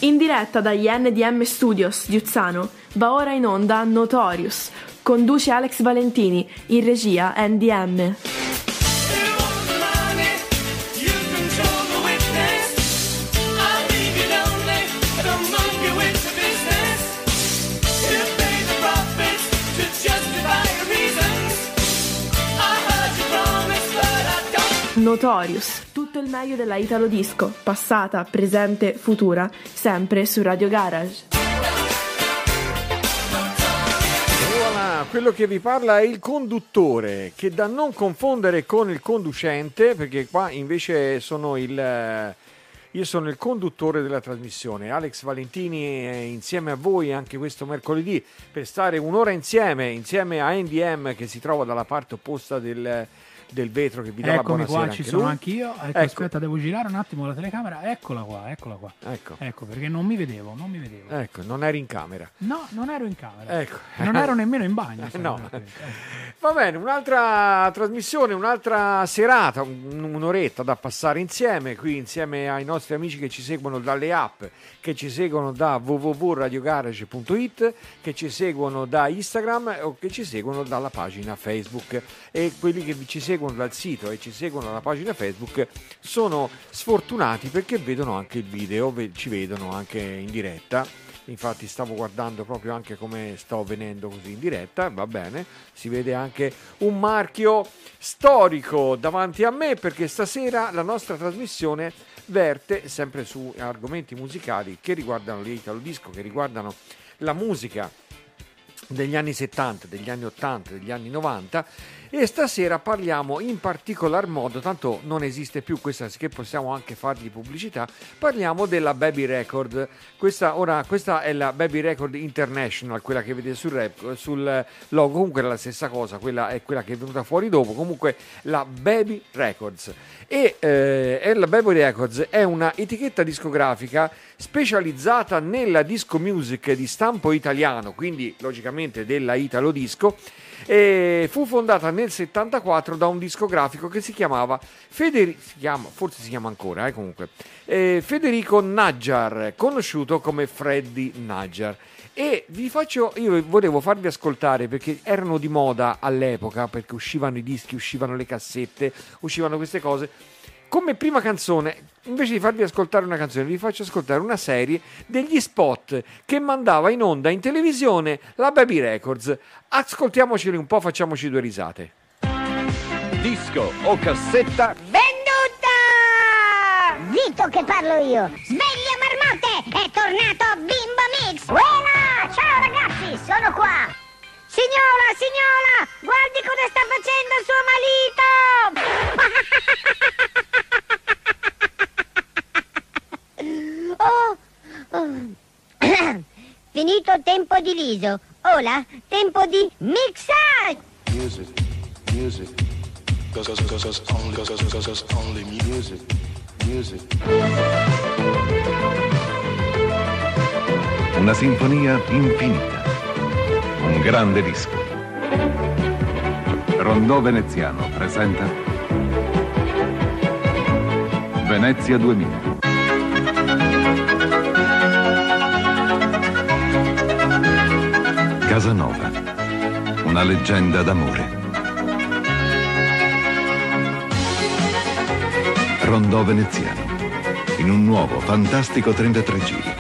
In diretta dagli NDM Studios di Uzzano va ora in onda Notorious. Conduce Alex Valentini, in regia NDM. Notorious, tutto il meglio della Italo Disco, passata, presente, futura, sempre su Radio Garage. Voilà, quello che vi parla è il conduttore, che da non confondere con il conducente, perché qua invece io sono il conduttore della trasmissione. Alex Valentini è insieme a voi anche questo mercoledì per stare un'ora insieme a NDM, che si trova dalla parte opposta del vetro, che vi dà la buonasera. Eccomi qua, ci sono anch'io. Ecco, aspetta, devo girare un attimo la telecamera. Eccola qua. Ecco, perché non mi vedevo. Ecco, non eri in camera. No, non ero in camera. Ecco. Non ero nemmeno in bagno. No. Va bene, un'altra trasmissione, un'altra serata, un'oretta da passare insieme, qui insieme ai nostri amici che ci seguono dalle app, che ci seguono da www.radiogarage.it, che ci seguono da Instagram o che ci seguono dalla pagina Facebook. E quelli che ci seguono dal sito e ci seguono dalla pagina Facebook sono sfortunati perché vedono anche il video, ci vedono anche in diretta. Infatti stavo guardando proprio anche come sto venendo così in diretta, va bene, si vede anche un marchio storico davanti a me, perché stasera la nostra trasmissione verte sempre su argomenti musicali che riguardano l'Italo Disco, che riguardano la musica degli anni 70, degli anni 80, degli anni 90, e stasera parliamo in particolar modo, tanto non esiste più questa, che possiamo anche fargli pubblicità, parliamo della Baby Record. Questa è la Baby Record International, quella che vedete sul logo, comunque è la stessa cosa, quella è quella che è venuta fuori dopo, comunque la Baby Records. E la Baby Records è una etichetta discografica specializzata nella disco music di stampo italiano, quindi logicamente della Italo Disco, e fu fondata nel 74 da un discografico che si chiamava Federico Najjar, conosciuto come Freddy Najjar. E io volevo farvi ascoltare, perché erano di moda all'epoca, perché uscivano i dischi, uscivano le cassette, uscivano queste cose. Come prima canzone, invece di farvi ascoltare una canzone, vi faccio ascoltare una serie degli spot che mandava in onda in televisione la Baby Records. Ascoltiamoceli un po', facciamoci due risate. Disco o cassetta? Venduta! Zitto che parlo io. Sveglia marmotte, è tornato Bimbo Mix. Buona! Ciao ragazzi, sono qua. Signora, guardi cosa sta facendo suo marito! Finito tempo di liso, ora tempo di mixage! Music, cause only music. Una sinfonia infinita, un grande disco. Rondò Veneziano presenta Venezia 2000. Casanova, una leggenda d'amore. Rondò Veneziano, in un nuovo fantastico 33 giri.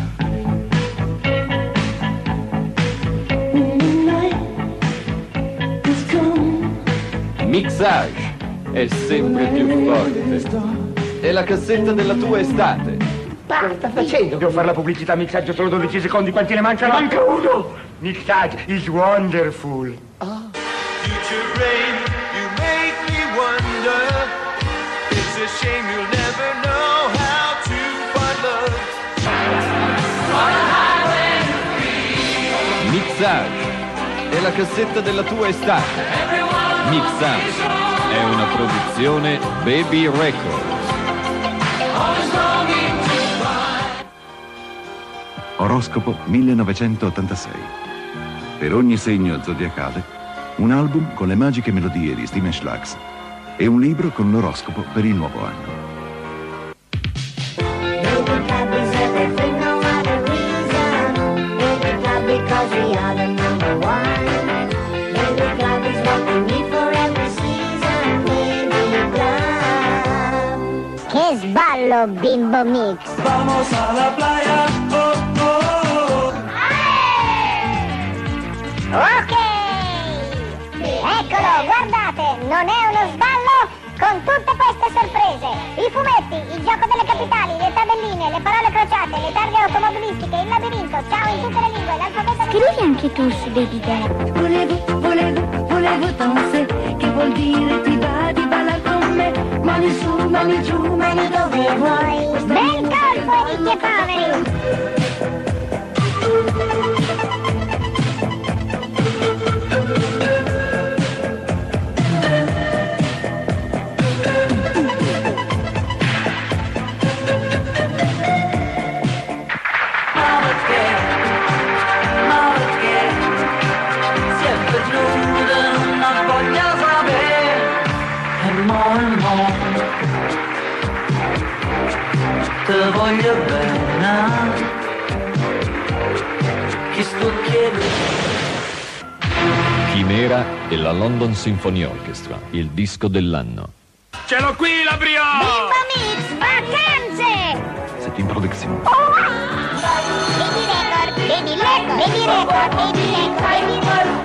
Mixage è sempre più forte. È la cassetta della tua estate. Ma sta facendo? Devo fare la pubblicità Mixage solo 12 secondi, quanti ne mancano? Manca uno! Mixage is wonderful. Future rain, you make me wonder. It's a shame you'll never know how to find love. On a highway. Mixage è la cassetta della tua estate. Mixage è una produzione Baby Records. Oroscopo 1986. Per ogni segno zodiacale, un album con le magiche melodie di Steven Schlags e un libro con l'oroscopo per il nuovo anno. Everything 'cause we are the number one. Baby Club is what we need for every season. Baby Club. Che sballo, Bimbo Mix. Vamos a la playa, oh, oh, oh. Ok! Eccolo, guardate, non è uno sballo con tutte queste sorprese. I fumetti, il gioco delle capitali, le tabelline, le parole crociate, le targhe automobilistiche, il labirinto, ciao in tutte le lingue, l'alfabeto... Scrivi anche tu su Baby Girl. Volevo danse, che vuol dire ti va di ballare con me. Mani su, mani giù, mani dove vuoi. Bel colpo, ricchi e poveri! Te voglio bene, chi sto chiedendo. Chimera e la London Symphony Orchestra, il disco dell'anno. Ce l'ho qui la Brio! Bimbo Mix, vacanze! C'est une production. Baby record.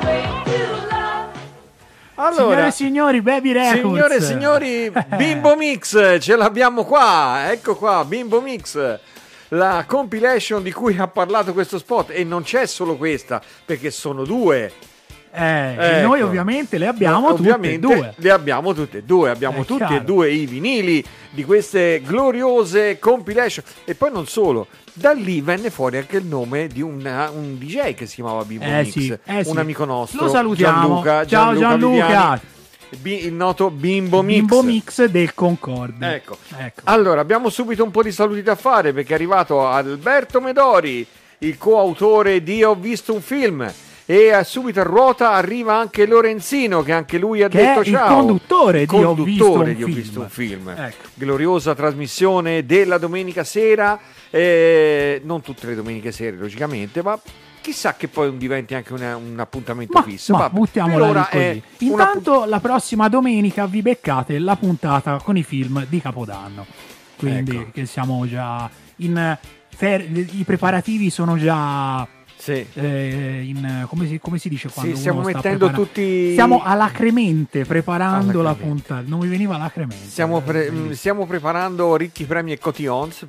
Allora, signore e signori, Baby Records. Signore e signori, Bimbo Mix, ce l'abbiamo qua. Ecco qua, Bimbo Mix. La compilation di cui ha parlato questo spot. E non c'è solo questa, perché sono due. Ecco. Noi ovviamente le abbiamo tutte e due. Le abbiamo tutte e due. Abbiamo tutti chiaro. e due i vinili di queste gloriose compilation. E poi non solo. Da lì venne fuori anche il nome di un DJ che si chiamava Bimbo Mix, sì. un amico nostro. Lo salutiamo. Gianluca. Ciao Gianluca. Il noto Bimbo Mix. Bimbo Mix del Concorde. Ecco. Allora, abbiamo subito un po' di saluti da fare perché è arrivato Alberto Medori, il coautore di Ho visto un film. E subito a ruota arriva anche Lorenzino, che anche lui ha detto è ciao. Il conduttore di Ho visto un film. Ecco. Gloriosa trasmissione della domenica sera. Non tutte le domeniche sere, logicamente, ma chissà che poi diventi anche un appuntamento fisso. Ma buttiamola così. Intanto la prossima domenica vi beccate la puntata con i film di Capodanno. Quindi ecco. Che siamo già i preparativi sono già... Sì. Come si dice quando stiamo uno sta mettendo tutti. Stiamo alacremente preparando la puntata. Non mi veniva alacremente. Stiamo preparando ricchi premi e cotillons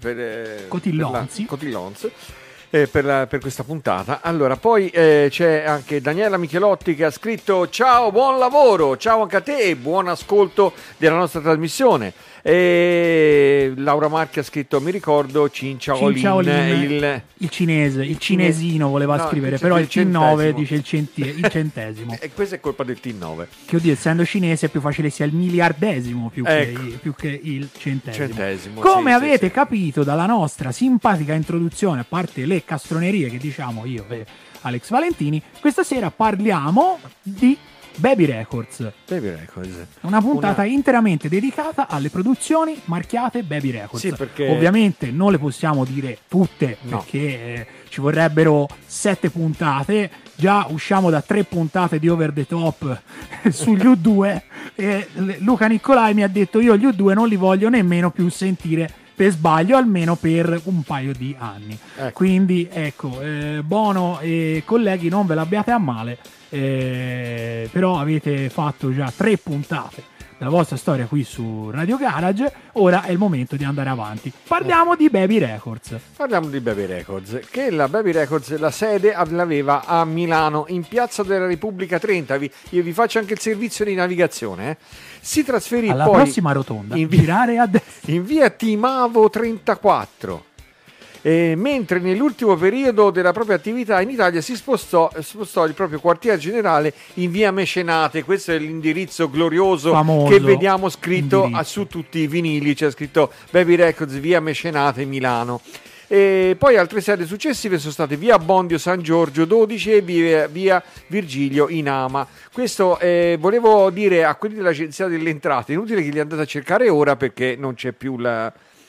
per questa puntata. Allora, poi c'è anche Daniela Michelotti che ha scritto: ciao, buon lavoro, ciao anche a te e buon ascolto della nostra trasmissione. E Laura Marchi ha scritto: mi ricordo Cinciaolin, il cinese, il cinesino voleva scrivere, però il T9 dice il centesimo. E questa è colpa del T9. Che oddio, essendo cinese è più facile sia il miliardesimo più che il centesimo. Come avete capito dalla nostra simpatica introduzione, a parte le castronerie che diciamo io e Alex Valentini, questa sera parliamo di Baby Records. Una puntata interamente dedicata alle produzioni marchiate Baby Records. Sì, perché... Ovviamente non le possiamo dire tutte, perché ci vorrebbero 7 puntate. Già usciamo da 3 puntate di Over the Top sugli U2 e Luca Nicolai mi ha detto: io gli U2 non li voglio nemmeno più sentire per sbaglio, almeno per un paio di anni. Quindi ecco, Bono e colleghi, non ve l'abbiate a male, però avete fatto già 3 puntate della vostra storia qui su Radio Garage. Ora è il momento di andare avanti. Parliamo di Baby Records. Che la Baby Records la sede l'aveva a Milano, in Piazza della Repubblica 30. Io vi faccio anche il servizio di navigazione. Si trasferì alla poi prossima rotonda, girare a destra, in via Timavo 34. Mentre nell'ultimo periodo della propria attività in Italia si spostò il proprio quartier generale in via Mecenate. Questo è l'indirizzo glorioso, famoso, che vediamo scritto su tutti i vinili, c'è scritto Baby Records via Mecenate Milano. E poi altre sedi successive sono state via Bondio San Giorgio 12 e via Virgilio Inama. Questo volevo dire a quelli dell'Agenzia delle Entrate, inutile che li andate a cercare ora perché non c'è più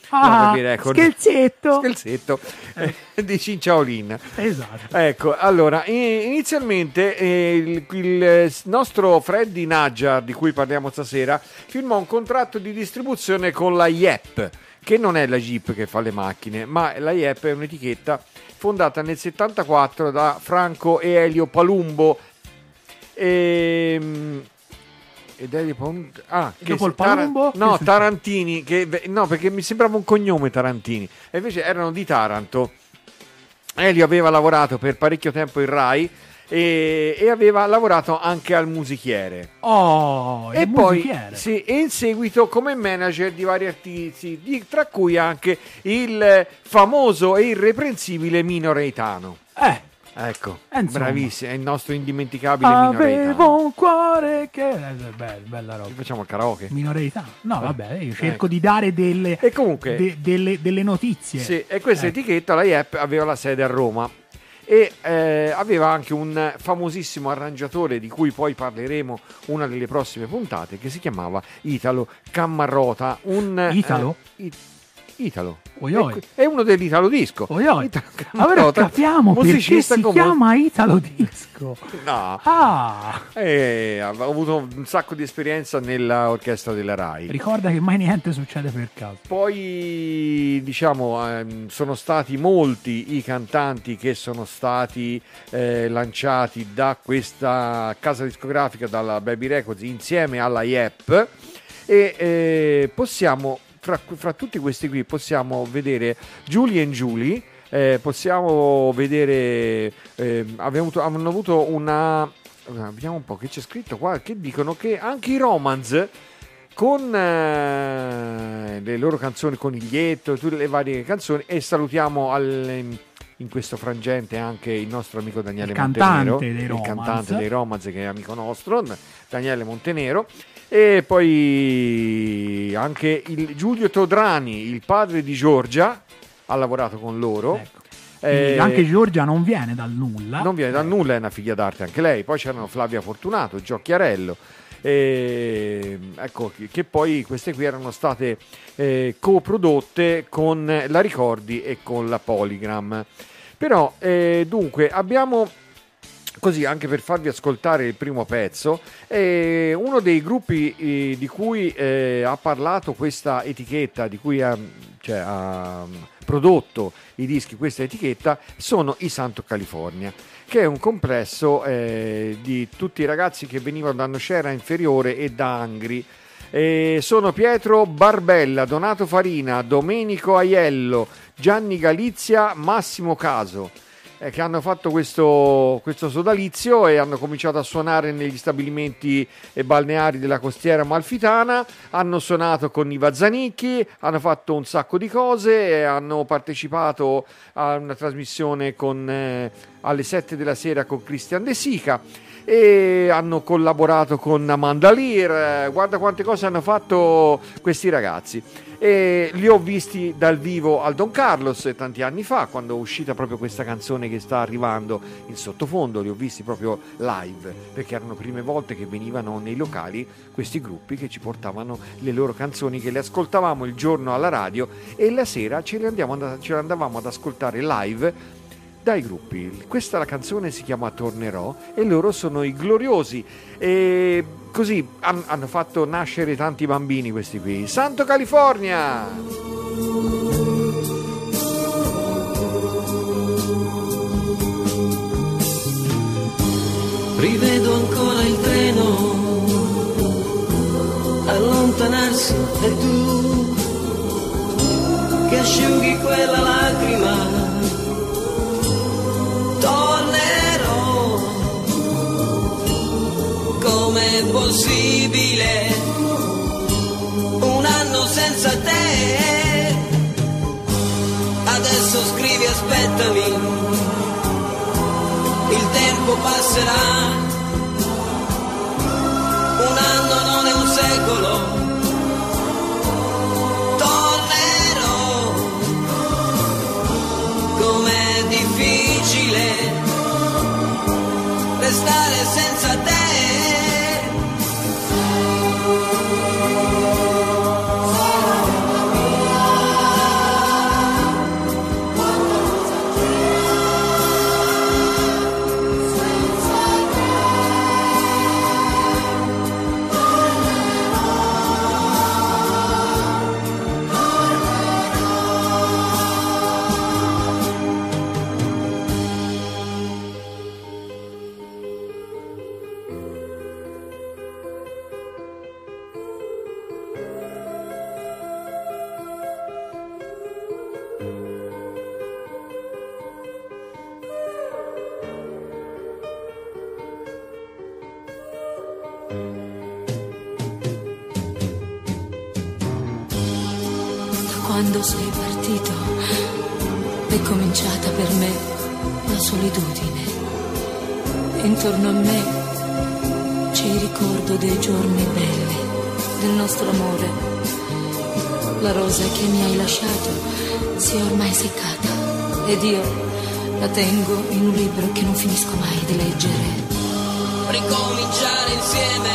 Baby Record. Scherzetto di Cinciaolin. Esatto. Ecco, allora, inizialmente il nostro Freddy Najjar, di cui parliamo stasera, firmò un contratto di distribuzione con la Yep, che non è la Jeep che fa le macchine, ma la Yep è un'etichetta fondata nel 74 da Franco e Elio Palumbo. Ed Elio Palumbo, dopo il Palumbo? Tarantini, perché mi sembrava un cognome Tarantini, e invece erano di Taranto. Elio aveva lavorato per parecchio tempo in Rai e aveva lavorato anche al Musichiere. E Musichiere. Sì, e in seguito come manager di vari artisti, tra cui anche il famoso e irreprensibile Mino Reitano. Ecco, bravissimo, è il nostro indimenticabile Mino Reitano. Avevo un cuore che... bella roba. Facciamo il karaoke. Mino Reitano. No, vabbè, io cerco di dare delle, e comunque, delle notizie. Sì, e questa etichetta, la Yep, aveva la sede a Roma. E aveva anche un famosissimo arrangiatore di cui poi parleremo una delle prossime puntate, che si chiamava Italo Cammarota. Italo? Italo. Oioi. È uno dell'Italo Disco. Oioi. Allora capiamo perché si chiama Italo Disco. No. Ho avuto un sacco di esperienza nell'orchestra della Rai. Ricorda che mai niente succede per caso. Poi sono stati molti i cantanti che sono stati lanciati da questa casa discografica, dalla Baby Records, insieme alla Yep, e possiamo fra tutti questi qui possiamo vedere Julie and Julie, possiamo vedere hanno avuto una, vediamo un po' che c'è scritto qua, che dicono che anche i Romance, con le loro canzoni Coniglietto e tutte le varie canzoni, e salutiamo in questo frangente anche il nostro amico Daniele Montenero, il cantante dei Romance, che è amico nostro, Daniele Montenero. E poi anche il Giulio Todrani, il padre di Giorgia, ha lavorato con loro. Ecco. Anche Giorgia non viene dal nulla. Non viene dal nulla, è una figlia d'arte anche lei. Poi c'erano Flavia Fortunato, Gio Chiarello. Ecco, che poi queste qui erano state coprodotte con la Ricordi e con la Polygram. Però dunque abbiamo, così anche per farvi ascoltare il primo pezzo, uno dei gruppi di cui ha parlato questa etichetta, di cui ha prodotto i dischi questa etichetta, sono i Santo California, che è un complesso di tutti i ragazzi che venivano da Nocera Inferiore e da Angri. Sono Pietro Barbella, Donato Farina, Domenico Aiello, Gianni Galizia, Massimo Caso, che hanno fatto questo sodalizio e hanno cominciato a suonare negli stabilimenti balneari della costiera amalfitana. Hanno suonato con i Vazzanicchi, hanno fatto un sacco di cose e hanno partecipato a una trasmissione alle 7 della sera con Christian De Sica, e hanno collaborato con Amanda Lear. Guarda quante cose hanno fatto questi ragazzi. E li ho visti dal vivo al Don Carlos tanti anni fa, quando è uscita proprio questa canzone che sta arrivando in sottofondo. Li ho visti proprio live, perché erano prime volte che venivano nei locali questi gruppi che ci portavano le loro canzoni, che le ascoltavamo il giorno alla radio e la sera ce le andavamo ad ascoltare live dai gruppi. Questa la canzone si chiama Tornerò e loro sono i Gloriosi, e così hanno fatto nascere tanti bambini questi qui. Santo California! Rivedo ancora il treno allontanarsi e tu che asciughi quella lacrima. Tornerò, com'è possibile un anno senza te? Adesso scrivi aspettami, il tempo passerà, un anno non è un secolo. Tornerò, com'è difficile restare senza te. Quando sei partito è cominciata per me la solitudine. Intorno a me c'è il ricordo dei giorni belli, del nostro amore. La rosa che mi hai lasciato si è ormai seccata ed io la tengo in un libro che non finisco mai di leggere. Ricominciare insieme,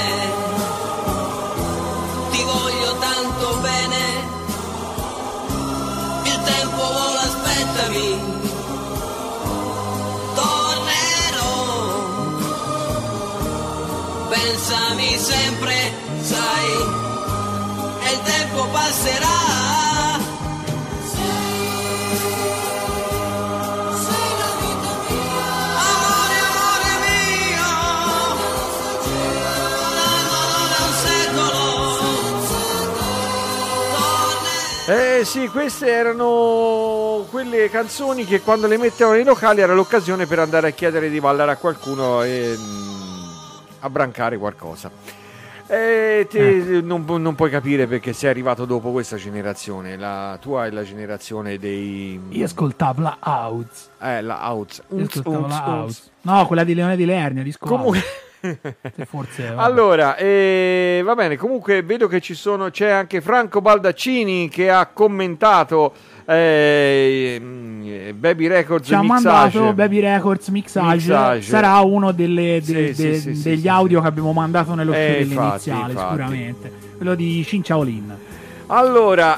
ti voglio tanto bene. Il tempo vola, aspettami, tornerò. Pensami sempre, sai, e il tempo passerà. Sì, queste erano quelle canzoni che quando le mettevano nei locali era l'occasione per andare a chiedere di ballare a qualcuno e a brancare qualcosa. Non puoi capire perché sei arrivato dopo questa generazione. La tua è la generazione dei... Io ascoltavo la House. La House. No, quella di Leone di Lernia. Comunque... Forse, allora, va bene, comunque vedo che c'è anche Franco Baldaccini che ha commentato Baby Records ci ha mandato Baby Records Mixage. Sarà uno degli audio che abbiamo mandato nello show iniziale, sicuramente quello di Cinciaolin. Allora,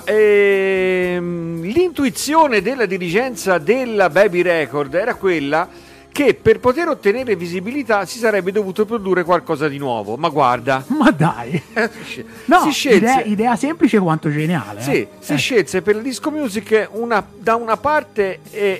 l'intuizione della dirigenza della Baby Record era quella che per poter ottenere visibilità si sarebbe dovuto produrre qualcosa di nuovo. Ma guarda, ma dai, no, si scelse, idea semplice quanto geniale. Sì, si scelse per il disco music da una parte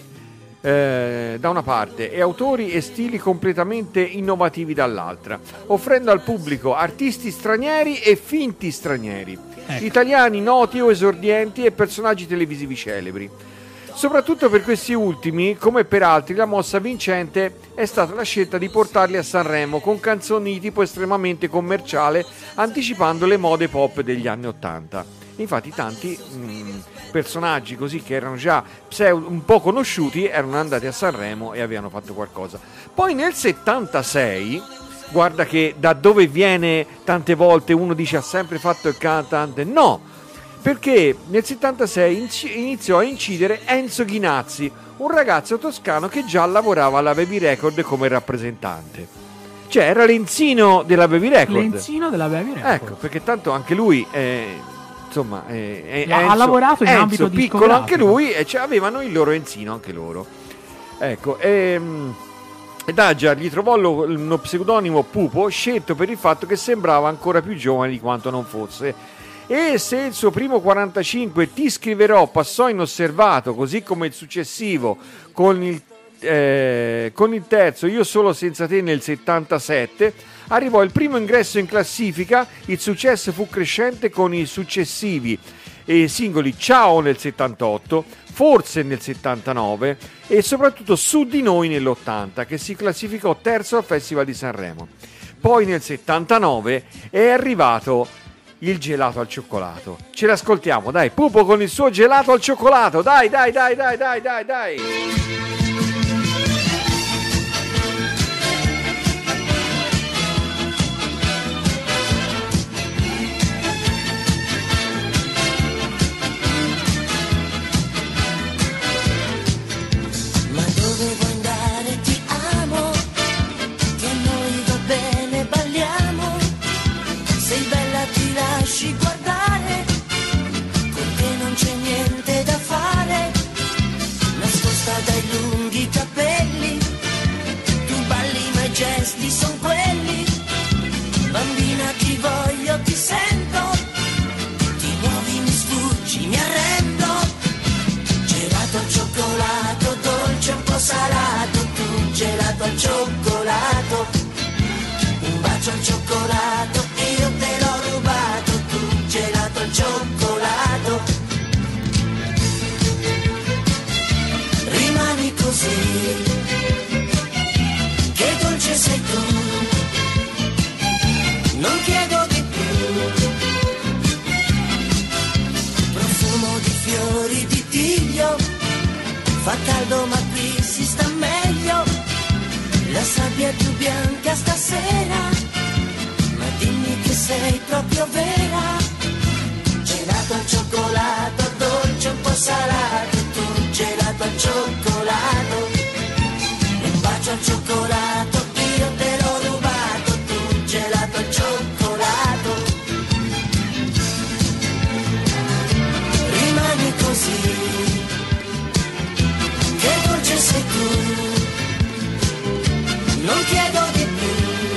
e autori e stili completamente innovativi dall'altra, offrendo al pubblico artisti stranieri e finti stranieri, italiani noti o esordienti e personaggi televisivi celebri. Soprattutto per questi ultimi, come per altri, la mossa vincente è stata la scelta di portarli a Sanremo con canzoni di tipo estremamente commerciale, anticipando le mode pop degli anni '80. Infatti tanti personaggi così che erano già un po' conosciuti erano andati a Sanremo e avevano fatto qualcosa. Poi nel 76, guarda che da dove viene tante volte uno dice ha sempre fatto il cantante, no! Perché nel 76 iniziò a incidere Enzo Ghinazzi, un ragazzo toscano che già lavorava alla Baby Record come rappresentante. Cioè era l'Enzino della Baby Record. L'Enzino della Baby Record. Ecco, perché tanto anche lui insomma ha lavorato in ambito piccolo anche lui e avevano il loro Enzino anche loro. Ecco, Dagia gli trovò uno pseudonimo Pupo, scelto per il fatto che sembrava ancora più giovane di quanto non fosse. E se il suo primo 45 Ti scriverò passò inosservato, così come il successivo con il terzo Io solo senza te nel 77, arrivò il primo ingresso in classifica, il successo fu crescente con i successivi singoli Ciao nel 78, Forse nel 79 e soprattutto Su di noi nell'80, che si classificò terzo al Festival di Sanremo. Poi nel 79 è arrivato il gelato al cioccolato. Ce l'ascoltiamo, dai, Pupo con il suo gelato al cioccolato. Dai. Ma dove vuoi andare? Ti amo, che noi va bene balliamo. Sei bella, ti lasci guardare, con te non c'è niente da fare, nascosta dai lunghi capelli, tu balli ma i gesti son quelli, bambina ti voglio, ti sento, ti muovi, mi sfuggi, mi arrendo, gelato al cioccolato, dolce un po' salato, tu gelato al cioccolato, un bacio al cioccolato, io te l'ho rubato, tu gelato al cioccolato. Rimani così, che dolce sei tu, non sabbia più bianca stasera, ma dimmi che sei proprio vera. Gelato al cioccolato, dolce un po' salato, tu gelato al cioccolato, un bacio al cioccolato, io te l'ho rubato, tu gelato al cioccolato. Rimani così, che dolce sei tu, non chiedo di più.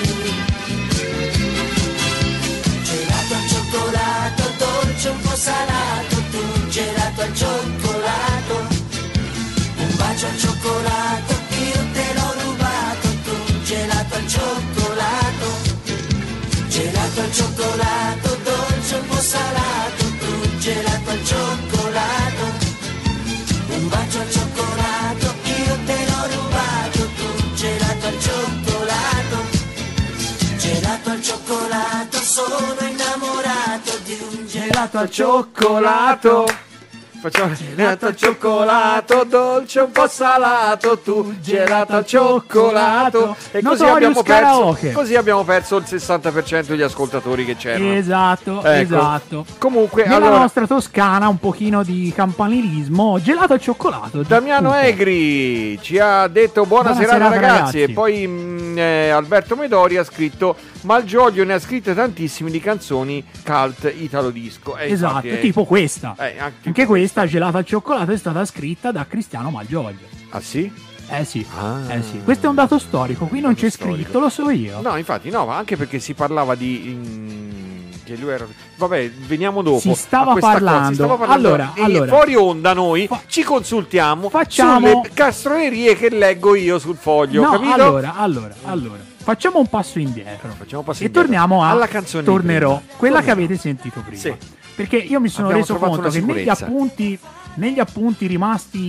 Gelato al cioccolato, dolce un po' salato, tu gelato al cioccolato, un bacio al cioccolato, io te l'ho rubato, tu gelato al cioccolato, gelato al cioccolato, dolce un po' salato, tu gelato al cioccolato, un bacio al cioccolato, io te l'ho rubato, tu gelato al cioccolato, gelato al cioccolato, sono innamorato di un gelato al cioccolato. Facciamo gelato al cioccolato, dolce un po' salato, tu gelato al cioccolato. E così abbiamo perso il 60% degli ascoltatori che c'erano. Esatto, ecco. esatto. Comunque, nella allora, nostra Toscana un pochino di campanilismo, gelato al cioccolato. Damiano Egri ci ha detto buona serata ragazzi. E poi Alberto Medori ha scritto Malgioglio ne ha scritte tantissime di canzoni cult italo disco. Esatto, tipo questa. Anche questa, Gelato al cioccolato, è stata scritta da Cristiano Malgioglio. Ah sì? Eh sì. Questo è un dato storico, qui non c'è scritto, lo so io. No, infatti no, anche perché si parlava di che lui era... Vabbè, veniamo dopo. Si stava parlando. Allora, fuori onda noi ci consultiamo sulle castronerie che leggo io sul foglio, no, capito? Allora. Facciamo un passo indietro. E torniamo alla canzone. Tornerò. Quella che avete sentito prima. Sì. Perché io mi sono reso conto che negli appunti rimasti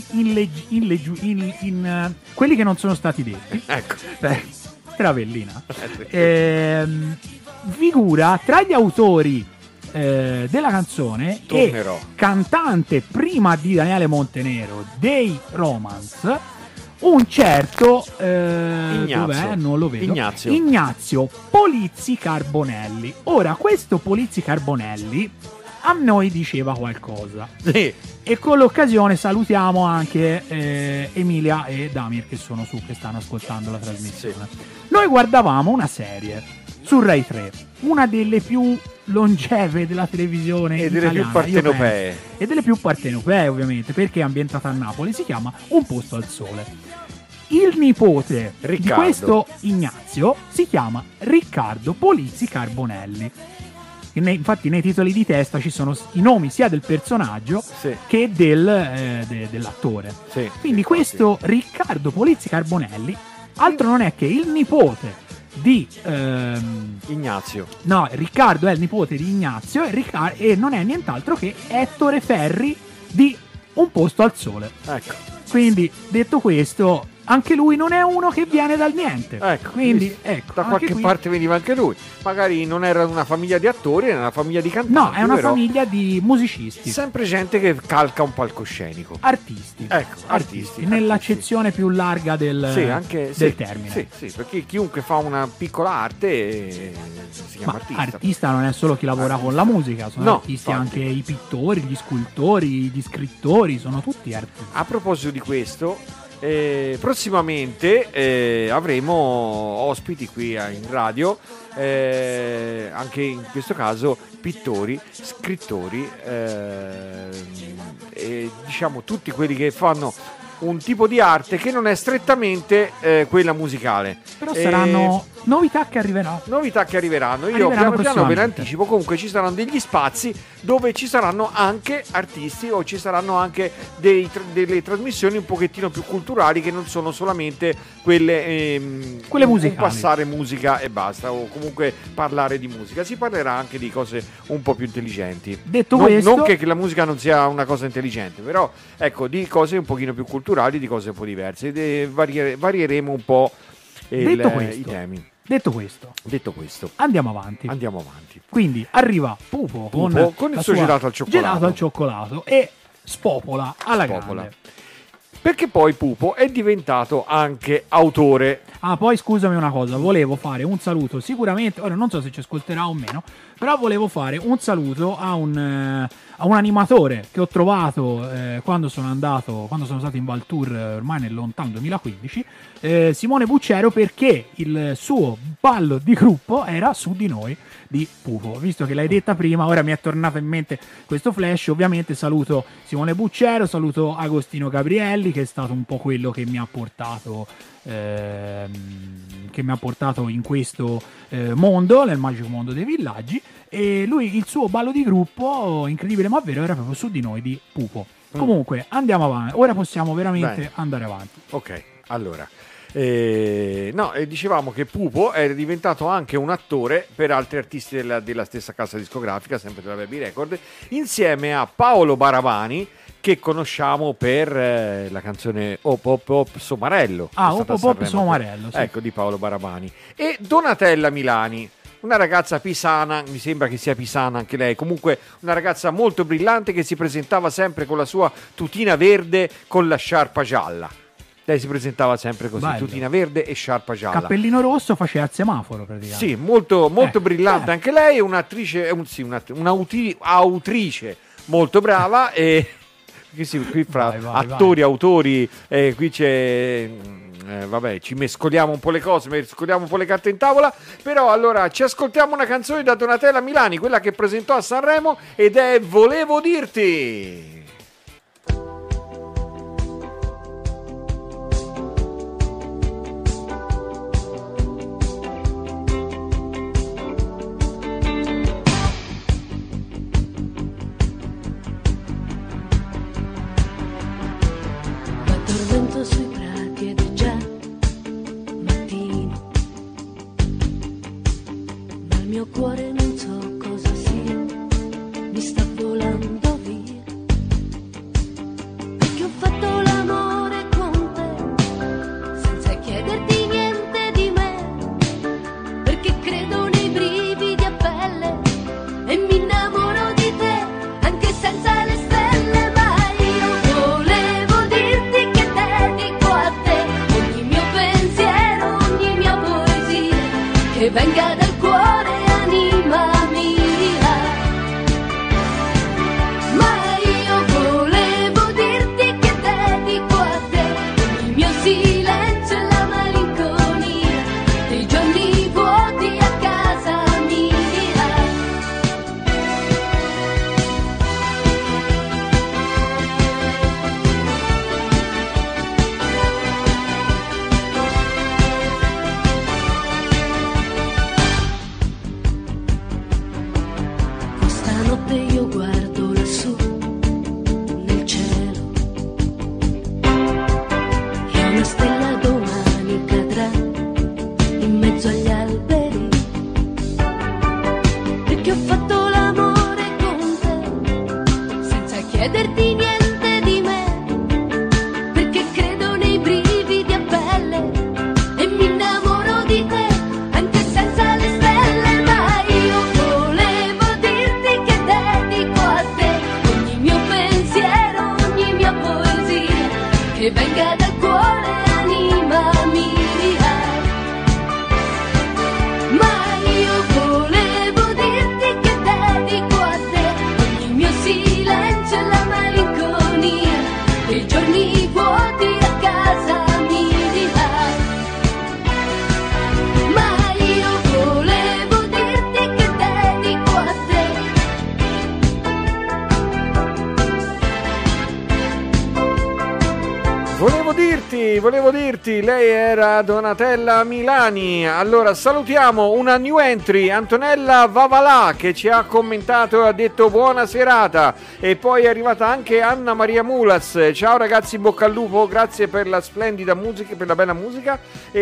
in quelli che non sono stati detti. Ecco. Stravellina. Figura tra gli autori della canzone e cantante prima di Daniele Montenero dei Romance, un certo dov'è? Non lo vedo. Ignazio Polizzi Carbonelli. Ora, questo Polizzi Carbonelli a noi diceva qualcosa. Sì. E con l'occasione salutiamo anche Emilia e Damir che sono su, che stanno ascoltando la trasmissione. Sì. Noi guardavamo una serie su Rai 3, una delle più longeve della televisione e italiana, delle più partenopee. E delle più partenopee, ovviamente, perché è ambientata a Napoli. Si chiama Un posto al sole. Il nipote di questo Ignazio si chiama Riccardo Polizzi Carbonelli. Infatti nei titoli di testa ci sono i nomi sia del personaggio che dell'attore. Sì, quindi questo Riccardo Polizzi Carbonelli altro non è che il nipote di Ignazio. No, Riccardo è il nipote di Ignazio e non è nient'altro che Ettore Ferri di Un posto al sole. Ecco. Quindi, detto questo, anche lui non è uno che viene dal niente. Ecco, quindi da qualche parte veniva anche lui. Magari non era una famiglia di attori, era una famiglia di cantanti. No, è una famiglia di musicisti. Sempre gente che calca un palcoscenico. Artisti. Ecco, artisti. Nell'accezione più larga del termine. Sì, perché chiunque fa una piccola arte si chiama artista. Artista non è solo chi lavora con la musica, sono artisti anche i pittori, gli scultori, gli scrittori, sono tutti artisti. A proposito di questo, prossimamente avremo ospiti qui in radio, anche in questo caso pittori, scrittori, e diciamo tutti quelli che fanno un tipo di arte che non è strettamente quella musicale. Però saranno novità che arriveranno. Io piano piano ve l'anticipo. Comunque ci saranno degli spazi dove ci saranno anche artisti o ci saranno anche delle trasmissioni un pochettino più culturali, che non sono solamente quelle musicali, passare musica e basta, o comunque parlare di musica. Si parlerà anche di cose un po' più intelligenti. Detto questo, non che la musica non sia una cosa intelligente, però ecco, di cose un pochino più culturali, di cose un po' diverse, e varieremo un po' i temi. Detto questo, andiamo avanti. Quindi arriva Pupo con il suo gelato al cioccolato. E spopola alla grande. perché poi Pupo è diventato anche autore. Ah, poi scusami una cosa, volevo fare un saluto, sicuramente, ora non so se ci ascolterà o meno, però volevo fare un saluto a un animatore che ho trovato quando sono stato in Val Tour ormai nel lontano 2015, Simone Bucciero, perché il suo ballo di gruppo era Su di noi di Pupo. Visto che l'hai detta prima, ora mi è tornato in mente questo flash. Ovviamente saluto Simone Bucciero, saluto Agostino Gabrielli, che è stato un po' quello che mi ha portato in questo mondo, nel magico mondo dei villaggi, e lui, il suo ballo di gruppo, incredibile ma vero, era proprio Su di noi di Pupo. Comunque andiamo avanti, ora possiamo veramente andare avanti. Ok, allora dicevamo che Pupo è diventato anche un attore per altri artisti della stessa casa discografica, sempre della Baby Record, insieme a Paolo Baravani, che conosciamo per la canzone Op Op Op Somarello. Op Op Op Somarello, sì. Ecco, di Paolo Baravani. E Donatella Milani, una ragazza pisana, mi sembra che sia pisana anche lei, comunque una ragazza molto brillante che si presentava sempre con la sua tutina verde con la sciarpa gialla. Lei si presentava sempre così, bello, tutina verde e sciarpa gialla. Cappellino rosso, faceva il semaforo praticamente. Sì, molto brillante anche lei, un'attrice, un'autrice molto brava e qui fra attori, autori, qui c'è... vabbè, ci mescoliamo un po' le cose, mescoliamo un po' le carte in tavola, però allora ci ascoltiamo una canzone da Donatella Milani, quella che presentò a Sanremo, ed è Volevo dirti. Cuore non so cosa sia, mi sta volando via, perché ho fatto l'amore con te, senza chiederti niente di me, perché credo nei brividi a pelle e mi innamoro di te, anche senza le stelle, ma io volevo dirti che dedico a te ogni mio pensiero, ogni mia poesia, che venga dal cuore. Volevo dirti, lei era Donatella Milani. Allora salutiamo una new entry, Antonella Vavalà, che ci ha commentato e ha detto buona serata, e poi è arrivata anche Anna Maria Mulas. Ciao ragazzi, bocca al lupo, grazie per la splendida musica, per la bella musica,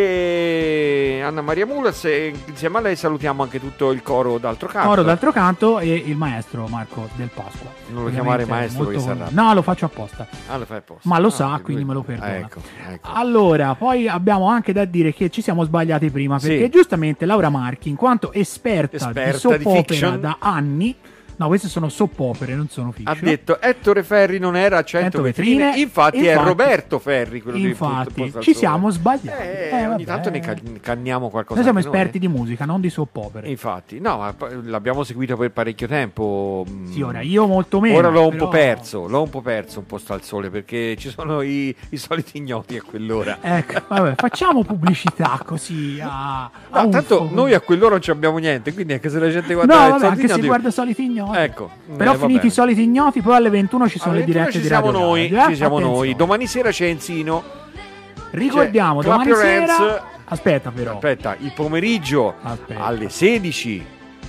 e Anna Maria Mulas, e insieme a lei salutiamo anche tutto il coro d'altro canto. E il maestro Marco Del Pasqua. Non lo chiamare maestro, no, lo faccio apposta. Lo fai apposta. Ma lo sa, quindi me lo perdona. Ecco. Allora, poi abbiamo anche da dire che ci siamo sbagliati prima, perché giustamente Laura Marchi, in quanto esperta di soap opera da anni, No, queste sono soap opere, non sono fiction. Ha detto Ettore Ferri non era a 100 vetrine, infatti è Roberto Ferri quello infatti, ci siamo sbagliati. Ogni tanto ne canniamo qualcosa. Noi siamo esperti di musica, non di soap opere. Infatti, no, ma l'abbiamo seguito per parecchio tempo. Sì, ora io molto meno. Ora l'ho un po' perso, un po' sta al sole, perché ci sono i soliti ignoti a quell'ora. Ecco, vabbè, facciamo pubblicità così tanto noi a quell'ora non ci abbiamo niente, quindi anche se la gente guarda anche se guarda soliti ignoti. Ecco, però finiti i soliti ignoti, poi alle 21 ci sono le dirette di Radio Garage. Ci siamo noi. Domani sera c'è Enzino. Ricordiamo, domani sera. Aspetta, il pomeriggio alle 16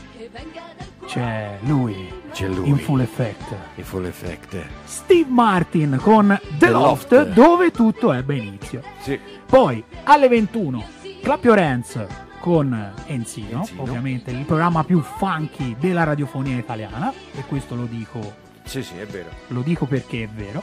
c'è lui. In full effect. Steve Martin con The Loft, dove tutto ebbe inizio. Sì. Poi alle 21 Clap Your Hands con Enzino, ovviamente il programma più funky della radiofonia italiana, e questo lo dico. Sì, è vero. Lo dico perché è vero.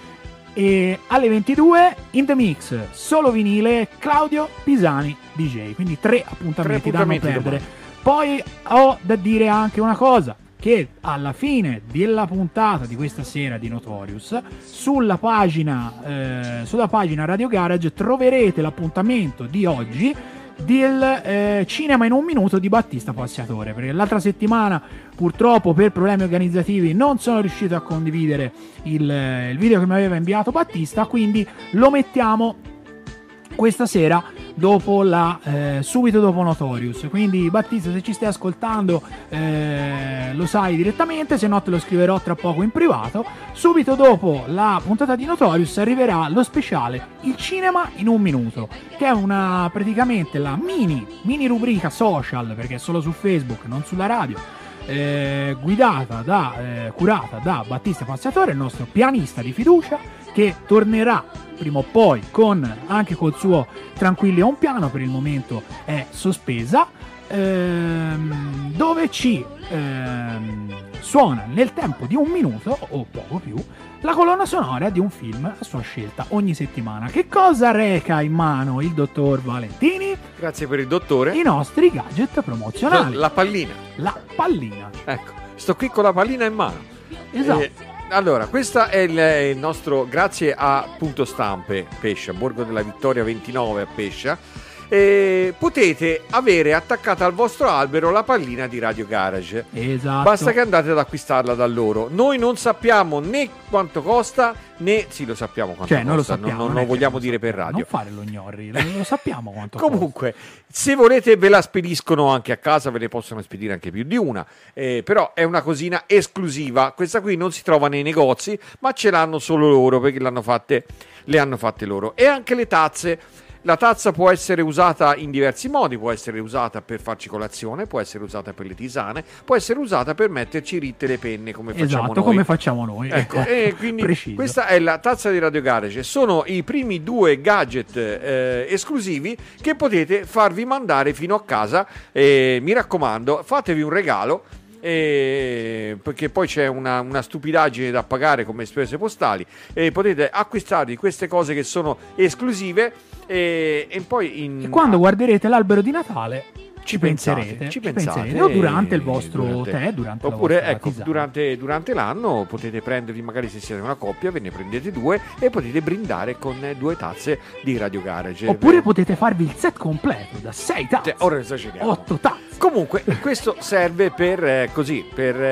E alle 22 In The Mix, solo vinile, Claudio Pisani DJ, quindi 3 appuntamenti da non perdere. Domani. Poi ho da dire anche una cosa, che alla fine della puntata di questa sera di Notorious, sulla pagina Radio Garage troverete l'appuntamento di oggi del Cinema in un minuto di Battista Passiatore, perché l'altra settimana purtroppo per problemi organizzativi non sono riuscito a condividere il video che mi aveva inviato Battista, quindi lo mettiamo questa sera dopo subito dopo Notorious. Quindi Battista, se ci stai ascoltando lo sai direttamente, se no te lo scriverò tra poco in privato. Subito dopo la puntata di Notorious arriverà lo speciale Il Cinema in un minuto, che è praticamente la mini rubrica social, perché è solo su Facebook, non sulla radio, curata da Battista Passiatore, il nostro pianista di fiducia, che tornerà prima o poi anche col suo Tranquilli a un piano, per il momento è sospesa, dove ci suona nel tempo di un minuto o poco più la colonna sonora di un film a sua scelta ogni settimana. Che cosa reca in mano il dottor Valentini? Grazie per il dottore. I nostri gadget promozionali. La pallina. Ecco, sto qui con la pallina in mano. Esatto. Allora, questo è il nostro, grazie a Punto Stampe Pescia, Borgo della Vittoria 29 a Pescia, potete avere attaccata al vostro albero la pallina di Radio Garage. Esatto. Basta che andate ad acquistarla da loro. Noi non sappiamo né quanto costa, né lo sappiamo quanto costa. Noi lo sappiamo, non lo vogliamo dire per radio. Non fare lo gnorri, lo sappiamo quanto Comunque, se volete ve la spediscono anche a casa, ve ne possono spedire anche più di una, però è una cosina esclusiva. Questa qui non si trova nei negozi, ma ce l'hanno solo loro, perché le hanno fatte loro. E anche le tazze. La tazza può essere usata in diversi modi, può essere usata per farci colazione, può essere usata per le tisane, può essere usata per metterci ritte le penne, come facciamo noi. Come facciamo noi. Ecco, e quindi questa è la tazza di Radio Garage. Sono i primi 2 gadget esclusivi che potete farvi mandare fino a casa. Mi raccomando, fatevi un regalo. Perché poi c'è una stupidaggine da pagare come spese postali, potete acquistarvi queste cose che sono esclusive e poi e quando guarderete l'albero di Natale ci penserete o durante il vostro tè, oppure durante l'anno potete prendervi, magari se siete una coppia ve ne prendete 2 e potete brindare con 2 tazze di Radio Garage, oppure potete farvi il set completo da 6 tazze, ora esageriamo, 8 tazze. Comunque questo serve per così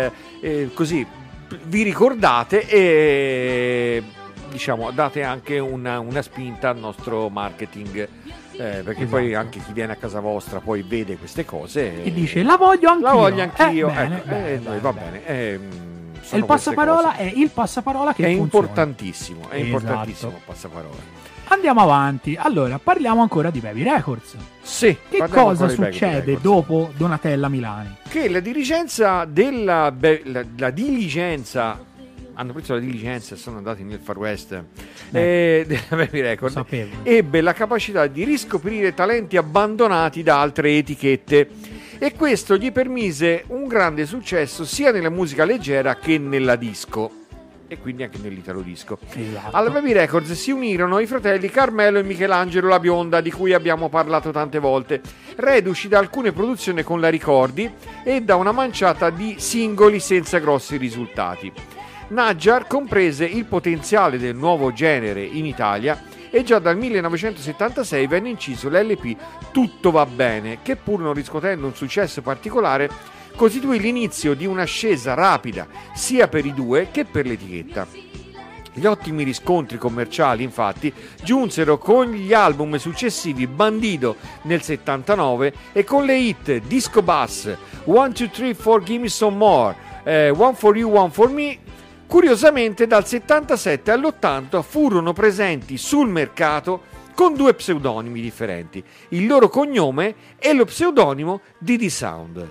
vi ricordate e diciamo date anche una spinta al nostro marketing, perché poi anche chi viene a casa vostra poi vede queste cose e dice la voglio anch'io. Va bene. Il passaparola è il passaparola che è funziona. Importantissimo il passaparola. Andiamo avanti. Allora, parliamo ancora di Baby Records. Sì. Che cosa succede dopo Donatella Milani? Che la dirigenza la diligenza hanno preso la diligenza e sono andati nel Far West della Baby Records, ebbe la capacità di riscoprire talenti abbandonati da altre etichette, e questo gli permise un grande successo sia nella musica leggera che nella disco. e quindi anche nell'italo disco. Esatto. Alla Baby Records si unirono i fratelli Carmelo e Michelangelo La Bionda, di cui abbiamo parlato tante volte, reduci da alcune produzioni con la Ricordi e da una manciata di singoli senza grossi risultati. Nadjar comprese il potenziale del nuovo genere in Italia e già dal 1976 venne inciso l'LP Tutto va bene, che pur non riscuotendo un successo particolare costituì l'inizio di un'ascesa rapida sia per i due che per l'etichetta. Gli ottimi riscontri commerciali infatti giunsero con gli album successivi Bandido nel 79 e con le hit Disco Bus, 1, 2, 3, 4, Gimme Some More, One for You, One for Me. Curiosamente dal 77 all'80 furono presenti sul mercato con due pseudonimi differenti, il loro cognome e lo pseudonimo Diddy Sound.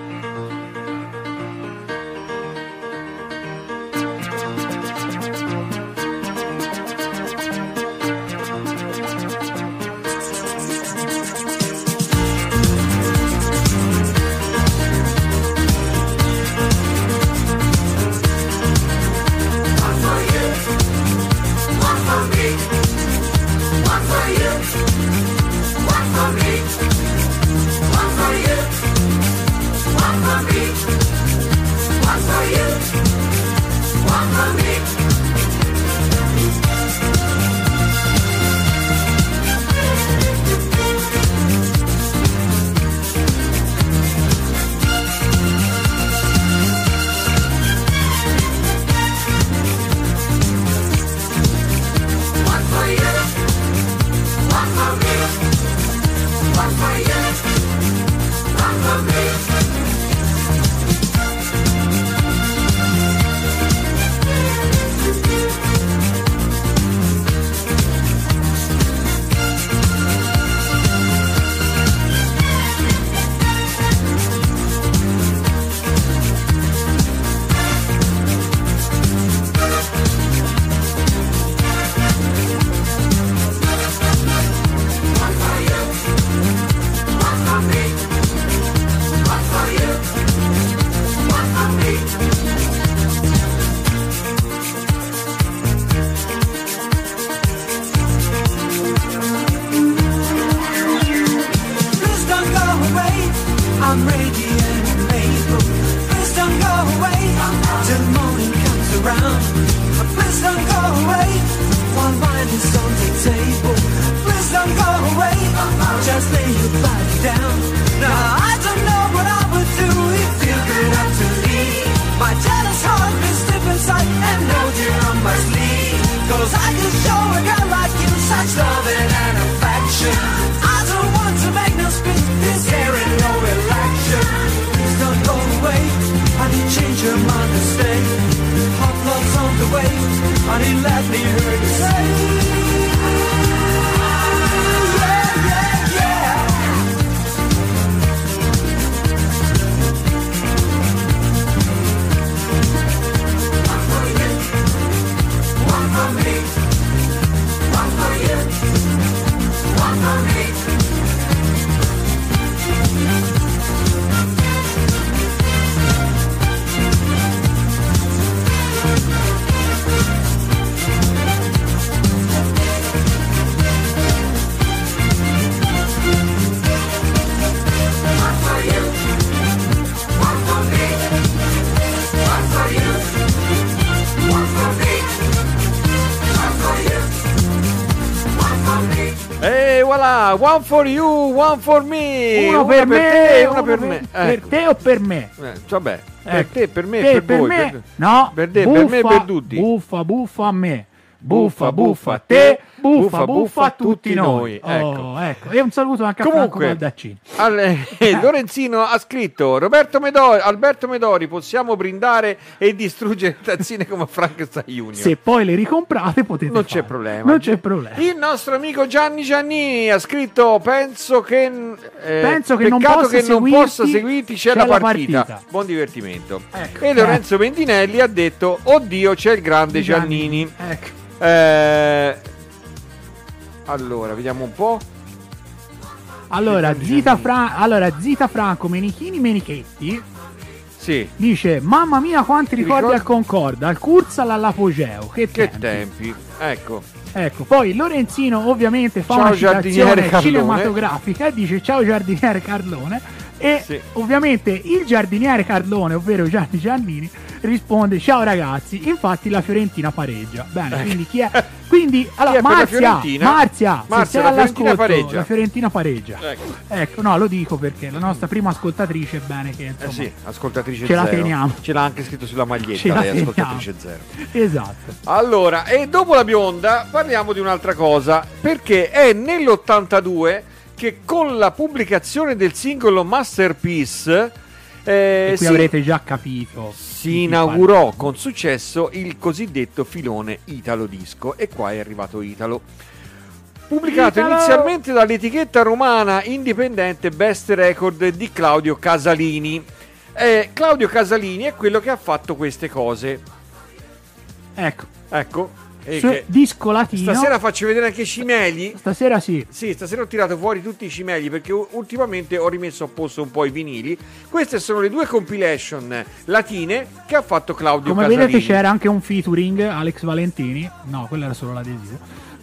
One for you, one for me. Uno per me, te, una per me. Per te o per me? Vabbè, per te, per me e per voi. Me, no, per te, per me e per tutti. Buffa a me. Buffa a te, buffa a tutti noi. Ecco. E un saluto anche a Franco Baldaccini. Lorenzino ha scritto: Alberto Medori, possiamo brindare e distruggere le tazzine come Frankenstein Junior. Se poi le ricomprate potete non farlo. c'è problema. Non c'è problema. Il nostro amico Gianni Giannini ha scritto: penso che non possa seguirti, c'è la partita. Buon divertimento. Ecco, e Lorenzo Bendinelli ha detto: oddio, c'è il grande Giannini. Ecco. Allora, vediamo un po'. Allora, Zita Franco Menichetti Sì. Dice: mamma mia, quanti ricordi al Concorda, al Kurzal, all'Apogeo. Che tempi. Ecco. Poi Lorenzino ovviamente fa ciao, una giardiniere citazione Carlone. cinematografica e dice: ciao giardiniere Carlone. E Sì. ovviamente il giardiniere Carlone, ovvero Gianni Giannini, risponde: ciao ragazzi, infatti la Fiorentina pareggia. Bene, quindi chi è? Quindi allora, Chi è per la Marzia, Fiorentina? Marzia, se Marzia, sei la Fiorentina all'ascolto, pareggia. la Fiorentina pareggia. Ecco. No, lo dico perché la nostra prima ascoltatrice è bene che insomma, Sì, ascoltatrice ce la zero. teniamo. Ce l'ha anche scritto sulla Ce maglietta, la lei teniamo. ascoltatrice zero. Esatto. Allora, e dopo la bionda parliamo di un'altra cosa, perché è nell'82 che con la pubblicazione del singolo Masterpiece E qui avrete già capito. si inaugurò con successo il cosiddetto filone Italo Disco, e qua è arrivato Italo. Pubblicato Italo! inizialmente dall'etichetta romana indipendente Best Record di Claudio Casalini. Claudio Casalini è quello che ha fatto queste cose. Ecco. E che Disco latino. stasera faccio vedere anche i cimeli. Stasera sì. Sì, stasera ho tirato fuori tutti i cimeli perché ultimamente ho rimesso a posto un po' i vinili. Queste sono le due compilation latine che ha fatto Claudio Come Casalini. vedete c'era anche un featuring, Alex Valentini. No, quello era solo l'adesivo.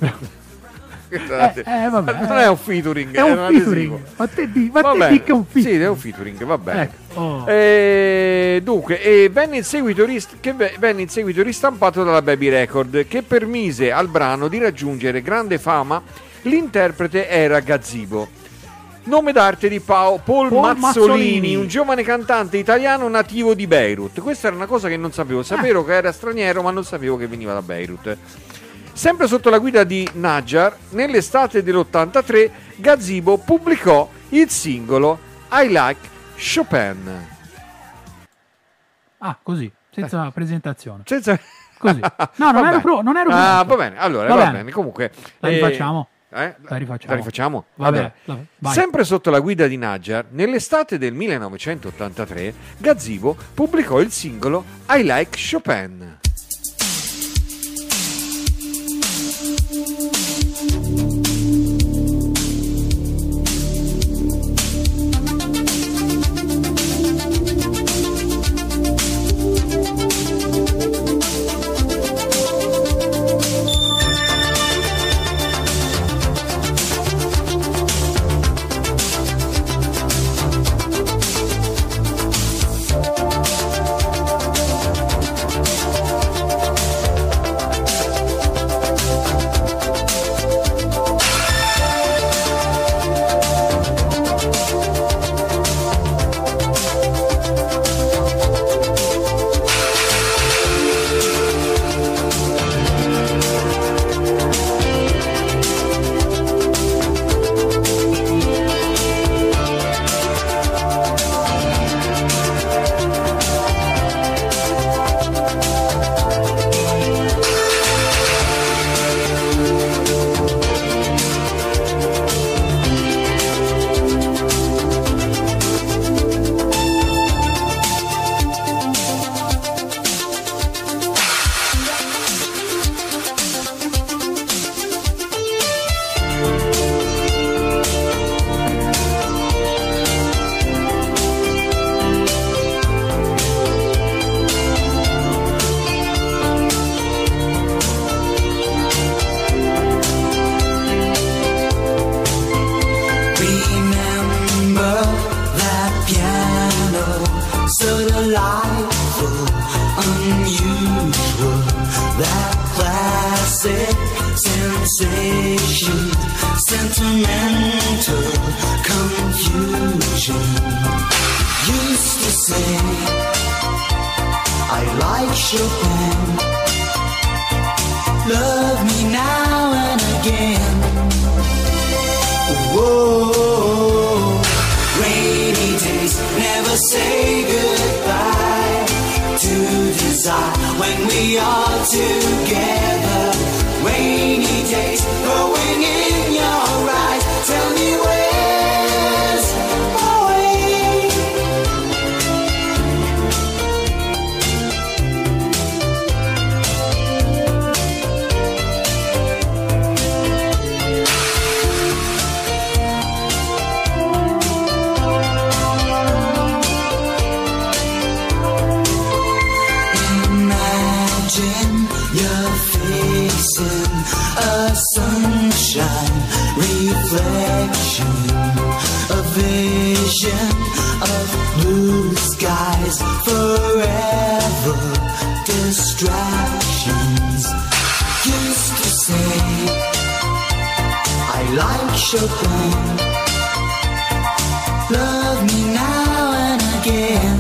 Vabbè, non è un featuring, è un un featuring. adesivo. Ma te di che è un featuring. Sì, è un featuring, va bene. Ecco. Dunque, venne in seguito ristampato dalla Baby Record, che permise al brano di raggiungere grande fama. L'interprete era Gazzibo, nome d'arte di Paul Mazzolini, un giovane cantante italiano nativo di Beirut. Questa era una cosa che non sapevo. Sapevo che era straniero, ma non sapevo che veniva da Beirut. Sempre sotto la guida di Nadjar, nell'estate dell'83 Gazzibo pubblicò il singolo I Like Chopin. Ah, così, senza presentazione. Senza... Così. No, non ero pronto. Ah, va bene, allora, va bene. Comunque... La rifacciamo? La rifacciamo. La rifacciamo? Va bene. Vai. Sempre sotto la guida di Nadjar, nell'estate del 1983, Gazzibo pubblicò il singolo I Like Chopin. Sentimental confusion. Used to say I like Chopin. Love me now and again. Whoa, rainy days never say goodbye to desire when we are together. Rainy days growing in your eyes. Tell me where's away. vision of blue skies forever. Distractions. Used to say I like Chopin. Love me now and again.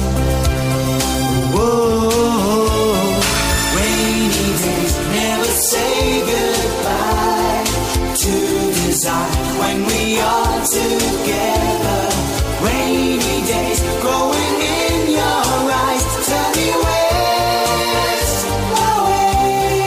Whoa, rainy days never say goodbye to desire when we are together. Rainy days growing in your eyes. Tell me where's my way.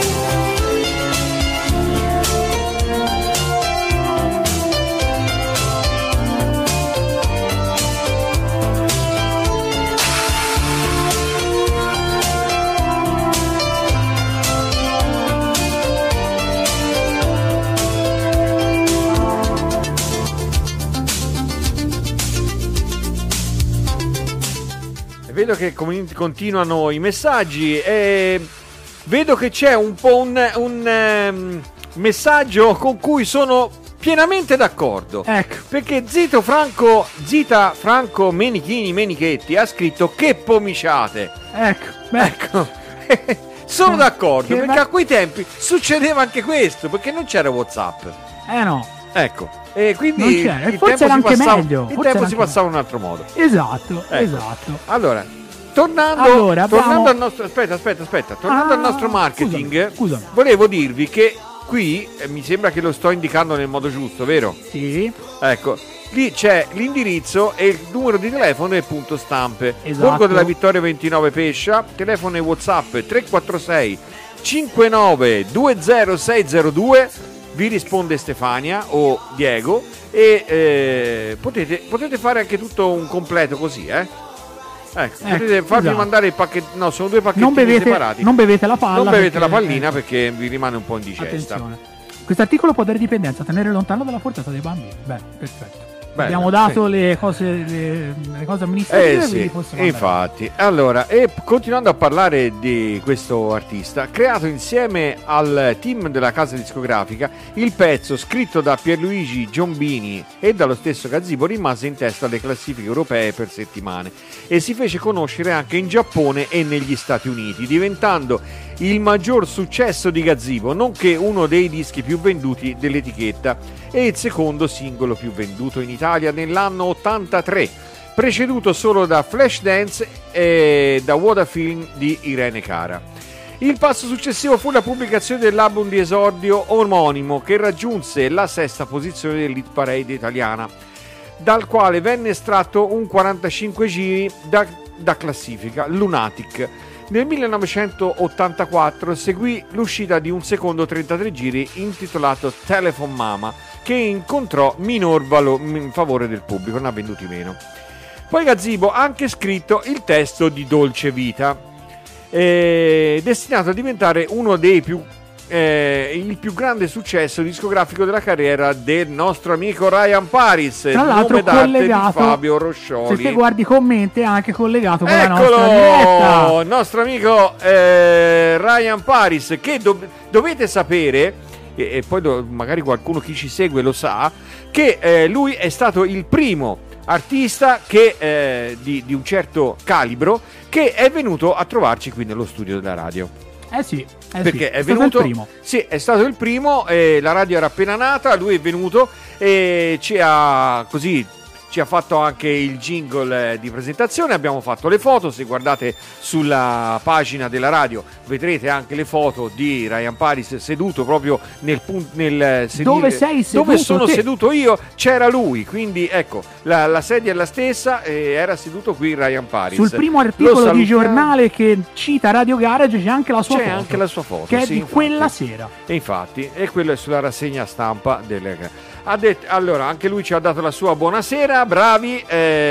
Vedo che continuano i messaggi e vedo che c'è un po' un messaggio con cui sono pienamente d'accordo. Ecco. Perché Zita Franco Menichetti ha scritto che pomiciate. Ecco. Sono d'accordo, perché ma- a quei tempi succedeva anche questo, perché non c'era WhatsApp. No. Ecco. E quindi Non c'era, e il forse tempo era si anche passava, meglio, il forse tempo era si anche passava in un altro modo. Esatto. Allora, tornando abbiamo- al nostro aspetta, tornando al nostro marketing, scusami. volevo dirvi che qui mi sembra che lo sto indicando nel modo giusto, vero? Sì. Ecco, lì c'è l'indirizzo e il numero di telefono è punto stampe. Esatto. Borgo della Vittoria 29 Pescia, telefono e WhatsApp 346 59 20602. Vi risponde Stefania o Diego e potete fare anche tutto un completo così, potete farvi esatto. mandare il pacchetto. No, sono due pacchettini separati. Non bevete la palla. Non bevete la perché- pallina perché vi rimane un po' indigesta. Attenzione. Questo articolo può dare dipendenza, tenere lontano dalla portata dei bambini. Bene, perfetto. Bene, Abbiamo dato sì. le cose amministrative. Sì, quindi possiamo andare. infatti. Allora, e continuando a parlare di questo artista, creato insieme al team della casa discografica, il pezzo scritto da Pierluigi Giombini e dallo stesso Gazzibo rimase in testa alle classifiche europee per settimane e si fece conoscere anche in Giappone e negli Stati Uniti, diventando il maggior successo di Gazzibo, nonché uno dei dischi più venduti dell'etichetta e il secondo singolo più venduto in Italia nell'anno 83, preceduto solo da Flashdance e da What a Film di Irene Cara. Il passo successivo fu la pubblicazione dell'album di esordio omonimo che raggiunse la sesta posizione dell'hit parade italiana, dal quale venne estratto un 45 giri da classifica, Lunatic. Nel 1984 seguì l'uscita di un secondo 33 giri intitolato Telephone Mama, che incontrò minor in favore del pubblico, ne ha venduti meno. Poi Gazzibo ha anche scritto il testo di Dolce Vita, destinato a diventare uno dei il più grande successo discografico della carriera del nostro amico Ryan Paris, Tra l'altro nome d'arte collegato, di Fabio Roscioli. se te guardi i commenti è anche collegato con la Eccolo, nostra diretta. il nostro amico Ryan Paris, che dovete sapere, e poi magari qualcuno chi ci segue lo sa, che lui è stato il primo artista che, di un certo calibro che è venuto a trovarci qui nello studio della radio. Perché è venuto il primo. Sì, è stato il primo, la radio era appena nata, lui è venuto e ci ha fatto anche il jingle di presentazione, abbiamo fatto le foto, se guardate sulla pagina della radio vedrete anche le foto di Ryan Paris seduto proprio nel sedile Dove sei seduto dove sono te? seduto io, c'era lui, quindi ecco, la sedia è la stessa e era seduto qui Ryan Paris. Sul primo Lo articolo di salutiamo. giornale che cita Radio Garage c'è anche la sua C'è foto. anche la sua foto, che è sì, di infatti. quella sera. E infatti, e quello è sulla rassegna stampa ha detto, allora anche lui ci ha dato la sua buonasera, bravi,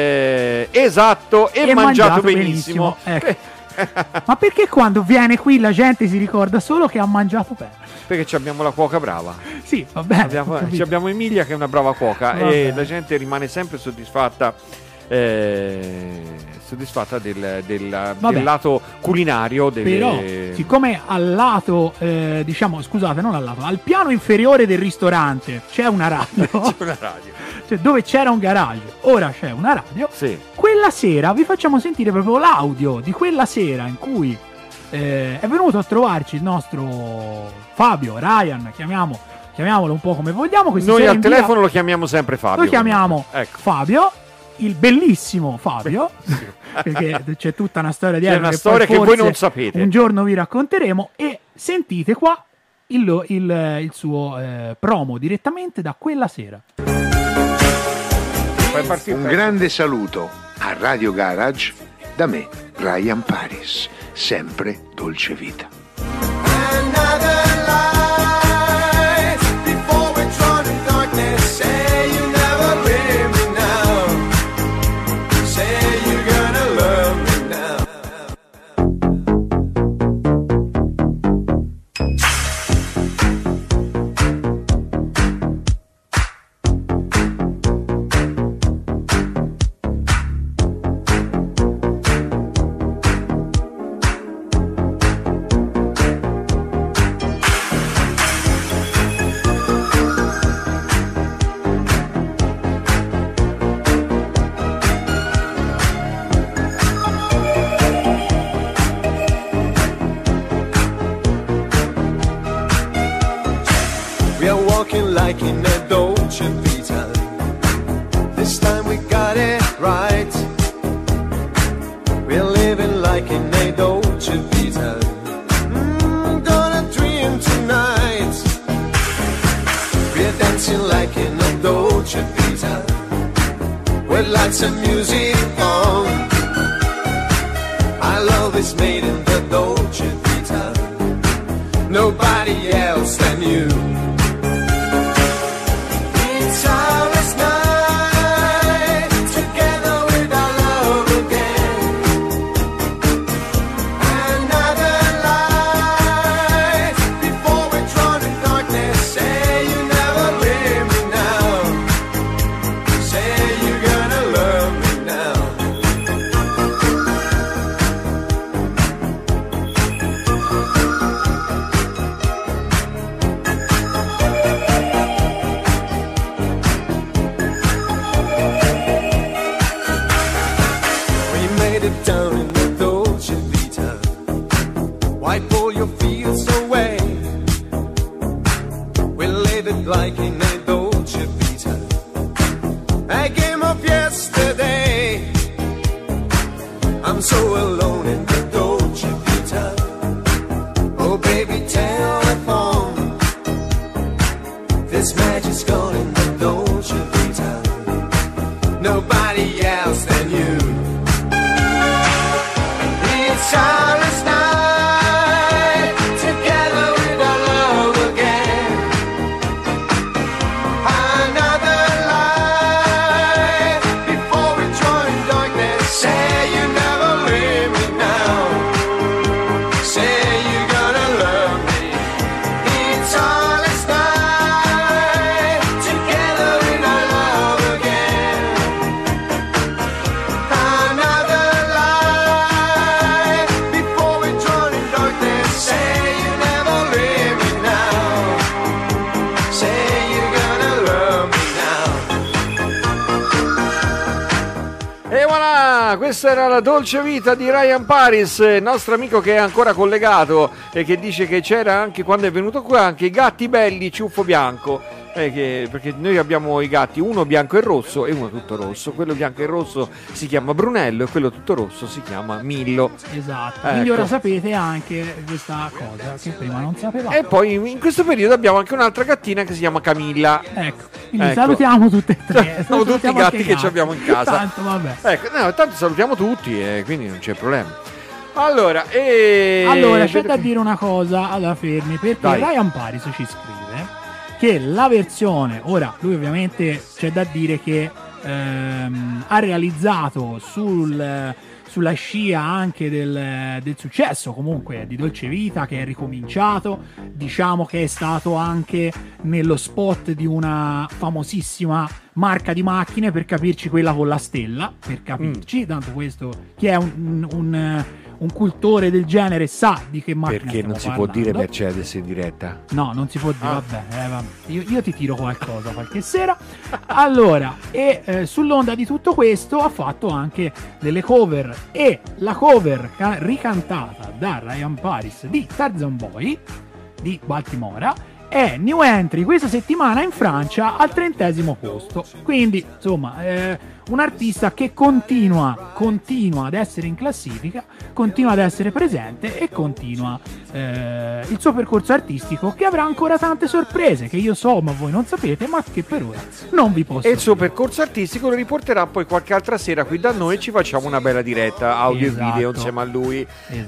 esatto, e mangiato benissimo. Ecco. Ma perché quando viene qui la gente si ricorda solo che ha mangiato bene? Perché abbiamo la cuoca brava. Sì, va bene. Abbiamo Emilia che è una brava cuoca Va e bene. la gente rimane sempre soddisfatta soddisfatta del lato culinario. Però, siccome al lato, diciamo, scusate, non al lato, al piano inferiore del ristorante c'è una radio, c'è una radio. Cioè, dove c'era un garage, ora c'è una radio. Sì. Quella sera vi facciamo sentire proprio l'audio di quella sera in cui è venuto a trovarci il nostro Fabio, Ryan, chiamiamolo un po' come vogliamo. Noi al telefono lo chiamiamo sempre Fabio. Lo chiamiamo Fabio, il bellissimo Fabio, perché c'è tutta una storia dietro. C'è una storia che voi non sapete. Un giorno vi racconteremo, e sentite qua il suo promo direttamente da quella sera. Un grande saluto a Radio Garage da me, Ryan Paris, sempre dolce vita. Like in a Dolce Vita, this time we got it right. We're living like in a Dolce Vita, gonna dream tonight. We're dancing like in a Dolce Vita, with lots of music on. Our love is made in the Dolce Vita, nobody else than you. Like in a Dolce Vita, a game of yesterday. I'm so alone in the Dolce Vita. Oh baby, telephone, this magic's gone in the Dolce Vita, nobody else than you. It's ours now. Questa era la Dolce Vita di Ryan Paris, nostro amico che è ancora collegato e che dice che c'era anche quando è venuto qua anche i gatti belli ciuffo bianco, perché noi abbiamo i gatti, uno bianco e rosso e uno tutto rosso. Quello bianco e rosso si chiama Brunello e quello tutto rosso si chiama Millo. Esatto, quindi ora sapete anche questa cosa che prima non sapevamo. E poi in questo periodo abbiamo anche un'altra gattina che si chiama Camilla. Quindi salutiamo tutte e tre. Siamo tutti i gatti che abbiamo in casa. Tanto vabbè. Tanto salutiamo tutti e quindi non c'è problema. Allora, c'è da dire una cosa alla Fermi, perché Dai. Ryan Paris ci scrive che la versione, ora lui ovviamente c'è da dire che ha realizzato sulla scia anche del successo comunque di Dolce Vita, che è ricominciato, diciamo che è stato anche nello spot di una famosissima marca di macchine, per capirci quella con la stella, per capirci, tanto questo chi è un cultore del genere sa di che macchina perché non si può dire Mercedes in diretta? No, non si può dire, vabbè. Io ti tiro qualcosa qualche sera. Allora, sull'onda di tutto questo ha fatto anche delle cover, e la cover ricantata da Ryan Paris di Tarzan Boy di Baltimora è new entry questa settimana in Francia al 30° posto. Quindi insomma un artista che continua ad essere in classifica, continua ad essere presente e continua il suo percorso artistico, che avrà ancora tante sorprese che io so ma voi non sapete, ma che per ora non vi posso e il suo percorso artistico lo riporterà poi qualche altra sera qui da noi, ci facciamo una bella diretta audio e video insieme a lui.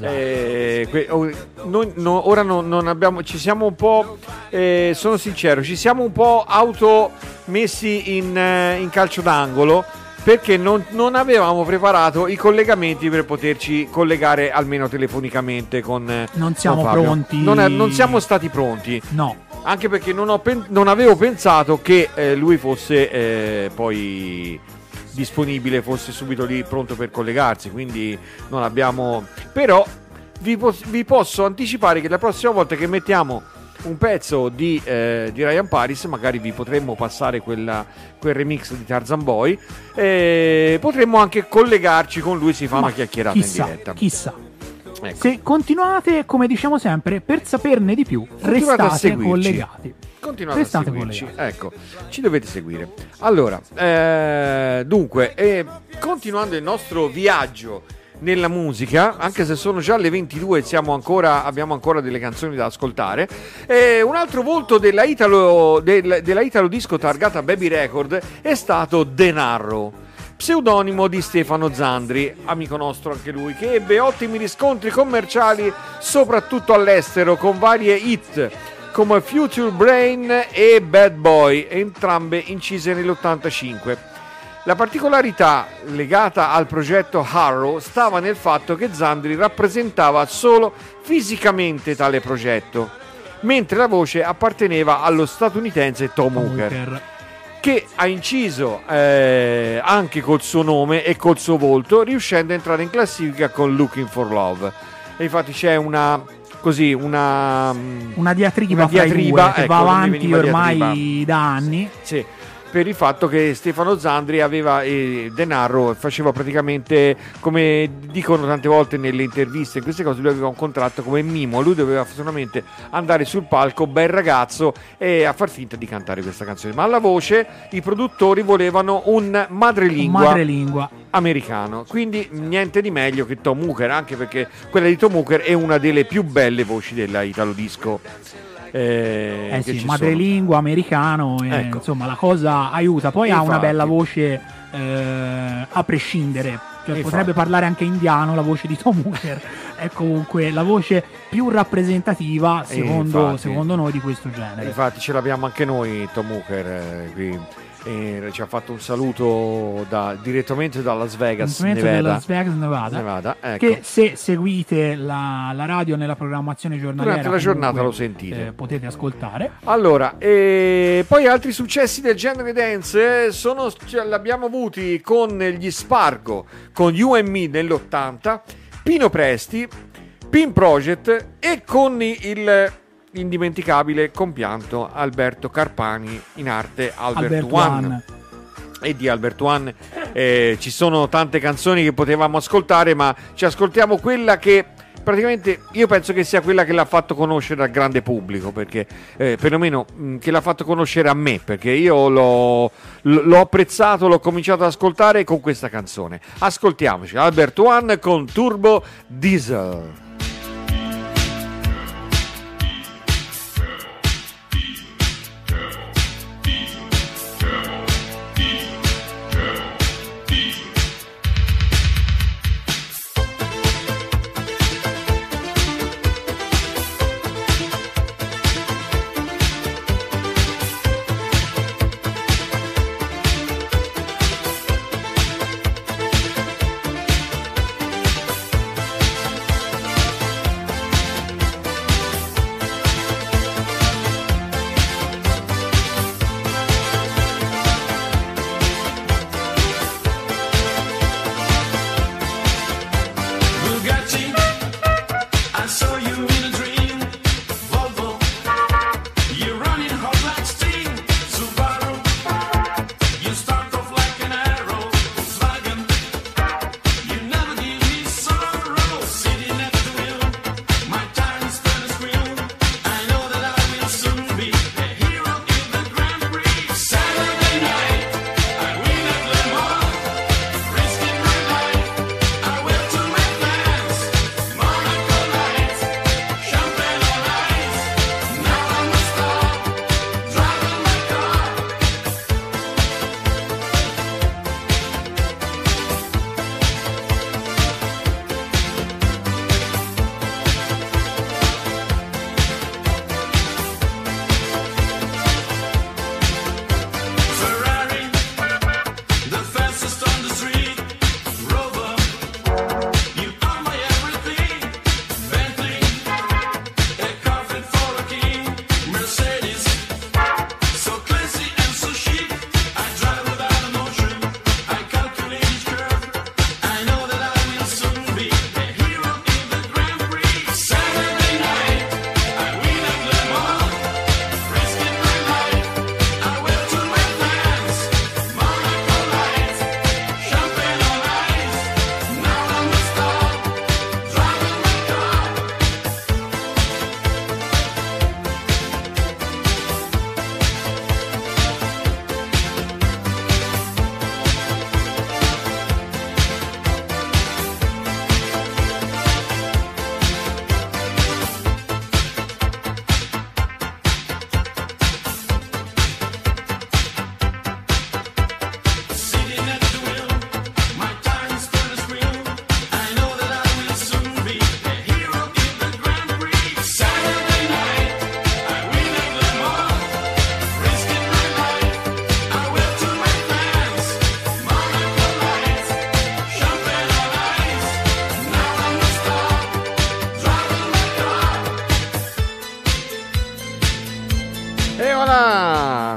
Ora non abbiamo, ci siamo un po' sono sincero, ci siamo un po' messi in calcio d'angolo, perché non avevamo preparato i collegamenti per poterci collegare almeno telefonicamente con non siamo con Fabio. Pronti, non siamo stati pronti, no, anche perché non avevo pensato che lui fosse poi disponibile, fosse subito lì pronto per collegarsi, quindi non abbiamo, però vi posso anticipare che la prossima volta che mettiamo un pezzo di Ryan Paris, magari vi potremmo passare quel remix di Tarzan Boy, potremmo anche collegarci con lui, si fa una chiacchierata in diretta. Chissà. Ecco. Se continuate, come diciamo sempre, per saperne di più, restate collegati. Continuate a seguirci, ecco, ci dovete seguire. Allora, dunque, continuando il nostro viaggio nella musica, anche se sono già le 22 e abbiamo ancora delle canzoni da ascoltare, un altro volto della Italo disco targata Baby Record è stato Denarro, pseudonimo di Stefano Zandri, amico nostro anche lui, che ebbe ottimi riscontri commerciali soprattutto all'estero, con varie hit come Future Brain e Bad Boy, entrambe incise nell'85. La particolarità legata al progetto Harrow stava nel fatto che Zandri rappresentava solo fisicamente tale progetto, mentre la voce apparteneva allo statunitense Tom Hooker, che ha inciso anche col suo nome e col suo volto, riuscendo a entrare in classifica con Looking for Love. E infatti c'è una diatriba fra i due, che va avanti ormai da anni. Sì. Per il fatto che Stefano Zandri aveva Denarro, faceva praticamente, come dicono tante volte nelle interviste, in queste cose, lui aveva un contratto come mimo, lui doveva solamente andare sul palco, bel ragazzo, e a far finta di cantare questa canzone, ma alla voce i produttori volevano un madrelingua americano, quindi niente di meglio che Tom Hooker, anche perché quella di Tom Hooker è una delle più belle voci della Italo Disco. Sì, madrelingua, americano, ecco. Insomma la cosa aiuta, poi infatti, ha una bella voce a prescindere, cioè, potrebbe parlare anche indiano, la voce di Tom Hooker è comunque la voce più rappresentativa secondo noi di questo genere. Infatti ce l'abbiamo anche noi Tom Hooker qui. Ci ha fatto un saluto direttamente da Las Vegas, Nevada, ecco. Che se seguite la radio nella programmazione giornaliera durante la giornata lo sentite, potete ascoltare. Allora, poi altri successi del genere dance l'abbiamo avuti con gli Spargo, con You and Me nell'80, Pino Presti, Pin Project e con il indimenticabile compianto Alberto Carpani, in arte Albert One. E di Albert One ci sono tante canzoni che potevamo ascoltare, ma ci ascoltiamo quella che praticamente io penso che sia quella che l'ha fatto conoscere al grande pubblico, perché perlomeno che l'ha fatto conoscere a me, perché io l'ho apprezzato, l'ho cominciato ad ascoltare con questa canzone. Ascoltiamoci Albert One con Turbo Diesel.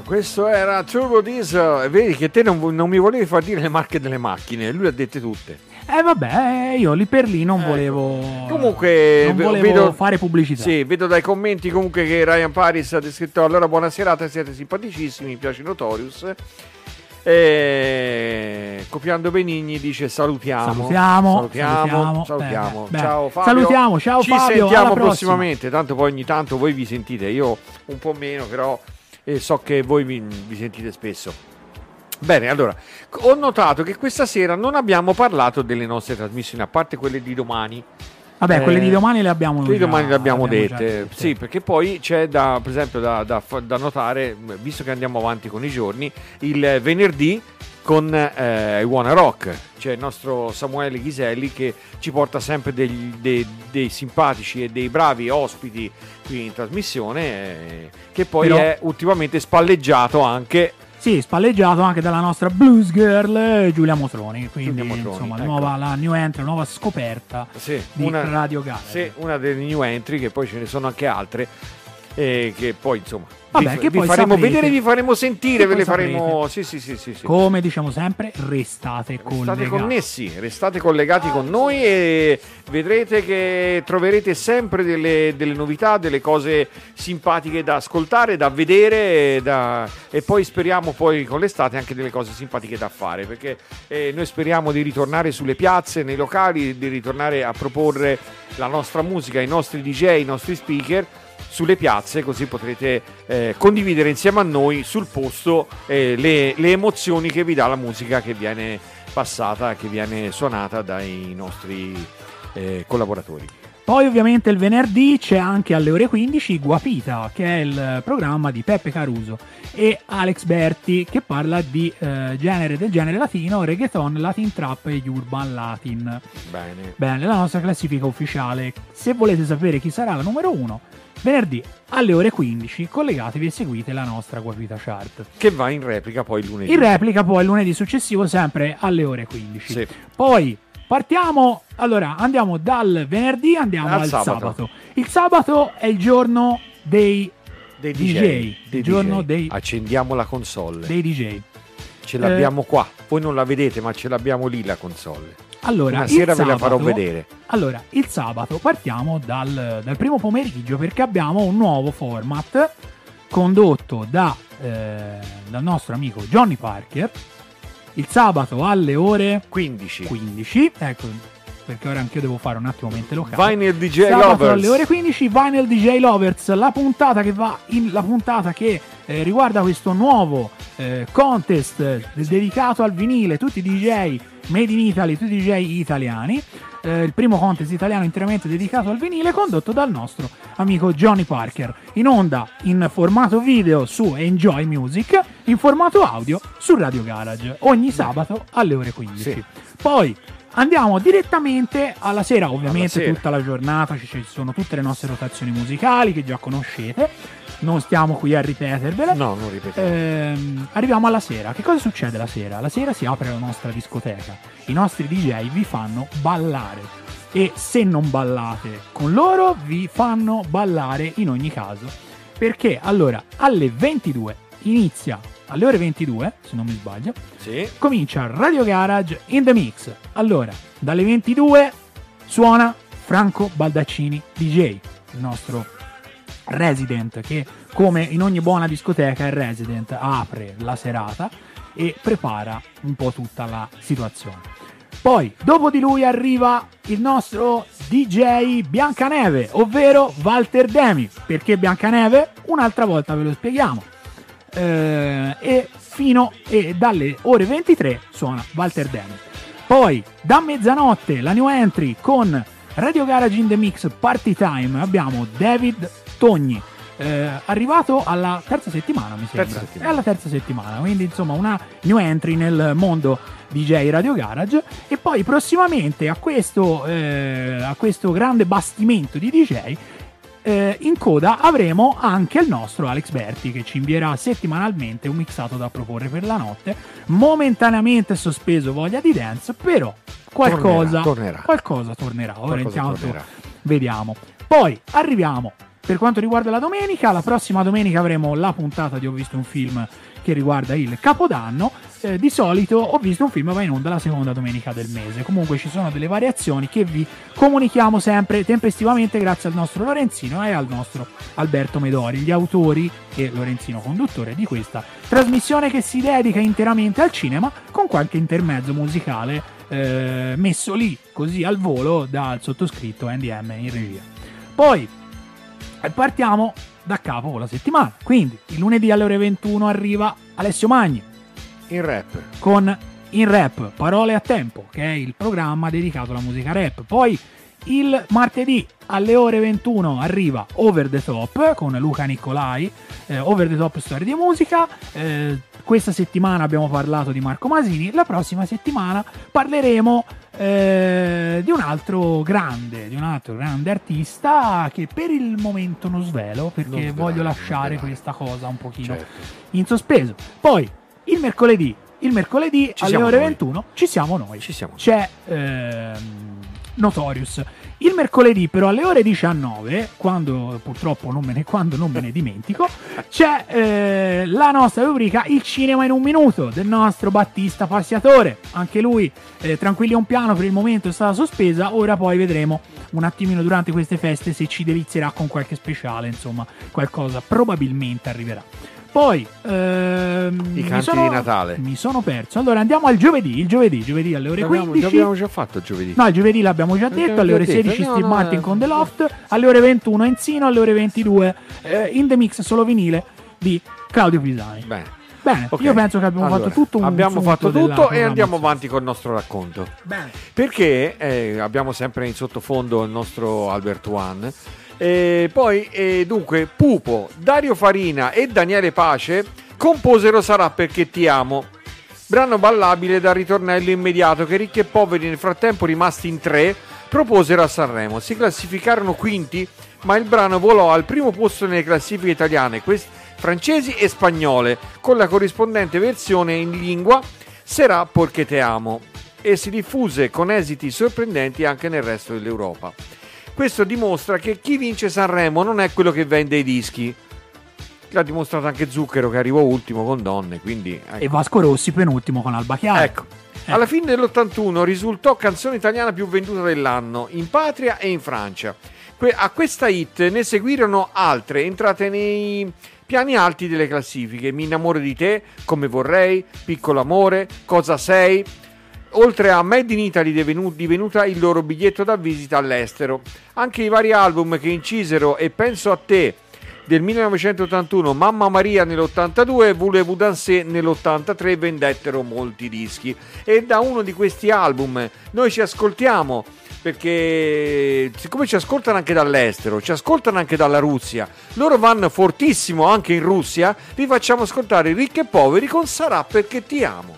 questo era Turbo Diesel. Vedi che te non mi volevi far dire le marche delle macchine, lui le ha dette tutte. Vabbè, io lì per lì non volevo. Comunque, non volevo vedo, fare pubblicità. Sì, vedo dai commenti comunque che Ryan Paris ha descritto: allora buona serata, siete simpaticissimi, mi piace Notorious. Copiando Benigni dice salutiamo. Bene. Ciao Fabio. Salutiamo, ciao Ci Fabio. sentiamo prossimamente, tanto poi ogni tanto voi vi sentite, io un po' meno, però so che voi vi sentite spesso. Bene, allora, ho notato che questa sera non abbiamo parlato delle nostre trasmissioni, a parte quelle di domani. Vabbè, quelle di domani le abbiamo dette. Sì, perché poi c'è per esempio da notare, visto che andiamo avanti con i giorni, il venerdì con I Wanna Rock. C'è il nostro Samuele Ghiselli che ci porta sempre dei simpatici e dei bravi ospiti qui in trasmissione, che poi è ultimamente spalleggiato anche. Sì, spalleggiato anche dalla nostra blues girl Giulia Motroni, quindi insomma ecco. La new entry, nuova scoperta di Radio Garage. Sì, una delle new entry, che poi ce ne sono anche altre, che poi insomma vi faremo vedere, vi faremo sentire, ve le faremo. Sì. Come diciamo sempre, restate connessi, restate collegati con noi e vedrete che troverete sempre delle novità, delle cose simpatiche da ascoltare, da vedere e poi speriamo poi con l'estate anche delle cose simpatiche da fare, perché noi speriamo di ritornare sulle piazze, nei locali, di ritornare a proporre la nostra musica, i nostri DJ, i nostri speaker sulle piazze, così potrete condividere insieme a noi sul posto le emozioni che vi dà la musica che viene passata, che viene suonata dai nostri collaboratori. Poi ovviamente il venerdì c'è anche alle ore 15 Guapita, che è il programma di Peppe Caruso e Alex Berti, che parla di del genere latino, reggaeton, latin trap e urban latin. Bene, la nostra classifica ufficiale. Se volete sapere chi sarà la numero 1, venerdì alle ore 15 collegatevi e seguite la nostra Guapita Chart, che va in replica poi il lunedì. Il lunedì successivo, sempre alle ore 15. Sì. Poi andiamo dal venerdì, andiamo al sabato. Il sabato è il giorno dei DJ. Accendiamo la console dei DJ. Ce l'abbiamo qua, voi non la vedete ma ce l'abbiamo lì la console. Allora, una sera ve la farò vedere. Allora, il sabato partiamo dal primo pomeriggio, perché abbiamo un nuovo format condotto dal nostro amico Johnny Parker. Il sabato alle ore 15, ecco, perché ora anch'io devo fare un attimo mente locale. Vinyl DJ sabato Lovers alle ore 15, Vinyl DJ Lovers, la puntata che riguarda questo nuovo contest dedicato al vinile, tutti i DJ made in Italy, tutti i DJ italiani. Il primo contest italiano interamente dedicato al vinile, condotto dal nostro amico Johnny Parker, in onda in formato video su Enjoy Music, in formato audio su Radio Garage, ogni sabato alle ore 15. Sì. Poi andiamo direttamente alla sera, ovviamente tutta la giornata ci sono tutte le nostre rotazioni musicali che già conoscete, non stiamo qui a ripetervele. No, non ripetiamo. Arriviamo alla sera. Che cosa succede la sera? La sera si apre la nostra discoteca. I nostri DJ vi fanno ballare. E se non ballate con loro, vi fanno ballare in ogni caso. Perché allora alle 22 inizia, alle ore 22, se non mi sbaglio, comincia Radio Garage in the Mix. Allora, dalle 22 suona Franco Baldaccini DJ, il nostro resident, che come in ogni buona discoteca il resident apre la serata e prepara un po' tutta la situazione. Poi dopo di lui arriva il nostro DJ Biancaneve, ovvero Walter Demi. Perché Biancaneve? Un'altra volta ve lo spieghiamo. E dalle ore 23 suona Walter Demi. Poi da mezzanotte la new entry con Radio Garage in the Mix Party Time, abbiamo David Togni, arrivato alla terza settimana, mi sembra. È alla terza settimana, quindi insomma una new entry nel mondo DJ Radio Garage. E poi prossimamente a questo grande bastimento di DJ in coda avremo anche il nostro Alex Berti, che ci invierà settimanalmente un mixato da proporre per la notte, momentaneamente sospeso voglia di dance, però qualcosa tornerà. Ora intanto vediamo. Poi arriviamo Per quanto riguarda la domenica, la prossima domenica avremo la puntata di Ho visto un film che riguarda il Capodanno. Di solito Ho visto un film va in onda la seconda domenica del mese. Comunque ci sono delle variazioni che vi comunichiamo sempre tempestivamente grazie al nostro Lorenzino e al nostro Alberto Medori, gli autori e Lorenzino conduttore di questa trasmissione che si dedica interamente al cinema con qualche intermezzo musicale messo lì così al volo dal sottoscritto NDM in regia. Poi partiamo da capo con la settimana, quindi il lunedì alle ore 21 arriva Alessio Magni in rap con In Rap Parole a Tempo, che è il programma dedicato alla musica rap. Poi il martedì alle ore 21 arriva Over the Top con Luca Nicolai, Over the Top storia di musica. Questa settimana abbiamo parlato di Marco Masini, la prossima settimana parleremo di un altro grande artista che per il momento non svelo perché voglio lasciare questa cosa un pochino in sospeso. Poi il mercoledì alle ore 21 ci siamo noi. C'è Notorious. Il mercoledì però alle ore 19, quando purtroppo non me ne dimentico, c'è la nostra rubrica Il cinema in un minuto del nostro Battista Passiatore. Anche lui tranquilli un piano, per il momento è stata sospesa, ora poi vedremo un attimino durante queste feste se ci delizierà con qualche speciale, insomma qualcosa probabilmente arriverà. Poi i canti di Natale mi sono perso. Allora andiamo al giovedì alle ore 15. L'abbiamo già fatto il giovedì. No, il giovedì l'abbiamo già detto. Alle ore 16 Steve Martin con The Loft. Alle ore 21 Enzino. Alle ore 22 In The Mix solo vinile di Claudio Pisani. Bene, okay. Io penso che abbiamo fatto tutto. Abbiamo fatto tutto e andiamo avanti con il nostro racconto. Bene. Perché abbiamo sempre in sottofondo il nostro Albert One. Poi dunque Pupo, Dario Farina e Daniele Pace composero Sarà perché ti amo, brano ballabile dal ritornello immediato che Ricchi e Poveri, nel frattempo rimasti in 3, proposero a Sanremo. Si classificarono quinti, ma il brano volò al primo posto nelle classifiche italiane, francesi e spagnole, con la corrispondente versione in lingua Sarà perché te amo, e si diffuse con esiti sorprendenti anche nel resto dell'Europa. Questo dimostra che chi vince Sanremo non è quello che vende i dischi. L'ha dimostrato anche Zucchero, che arrivò ultimo con Donne, quindi, ecco. E Vasco Rossi penultimo con Alba Chiara. Ecco. Alla fine dell'81 risultò canzone italiana più venduta dell'anno in patria e in Francia. A questa hit ne seguirono altre entrate nei piani alti delle classifiche: Mi innamoro di te, Come vorrei, Piccolo amore, Cosa sei. Oltre a Made in Italy divenuta il loro biglietto da visita all'estero. Anche i vari album che incisero E penso a te del 1981, Mamma Maria nell'82 e Voulez-vous danser nell'83 vendettero molti dischi. E da uno di questi album noi ci ascoltiamo, perché siccome ci ascoltano anche dall'estero, ci ascoltano anche dalla Russia, loro vanno fortissimo anche in Russia, vi facciamo ascoltare Ricchi e Poveri con Sarà perché ti amo.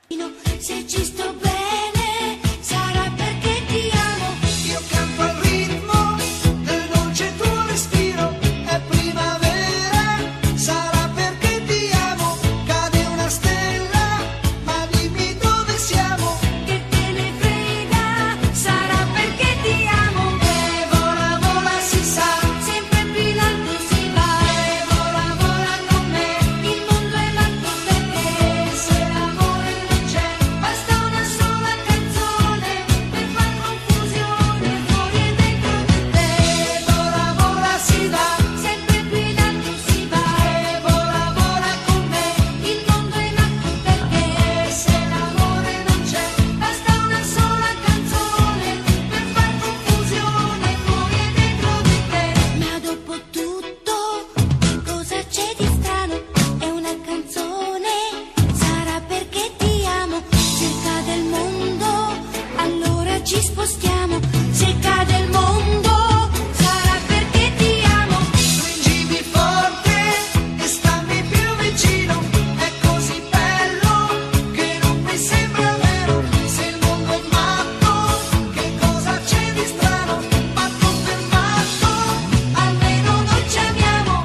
Se ci sto bene, sarà perché ti amo. Io canto al ritmo del dolce tuo respiro. È primavera, sarà perché ti amo. Cade una stella, ma dimmi dove siamo. Che te ne frega, sarà perché ti amo. E vola, vola, si sa, sempre più in alto si va. E vola, vola con me, il mondo è nato per te. Se l'amore non c'è, basta una sola canzone per far confusione fuori e dentro di te. Vola, vola, si va, sempre più in alto si va. E vola, vola con me, il mondo è nato per te. Se l'amore non c'è, basta una sola canzone per far confusione fuori e dentro di te. Ma dopo tutto, cosa c'è di strano? È una canzone, sarà perché ti amo. Se cade il mondo, allora ci spostiamo. Se cade il mondo, sarà perché ti amo. Stringimi forte e stammi più vicino. È così bello che non mi sembra vero. Se il mondo è matto, che cosa c'è di strano? Matto per matto, almeno noi ci amiamo.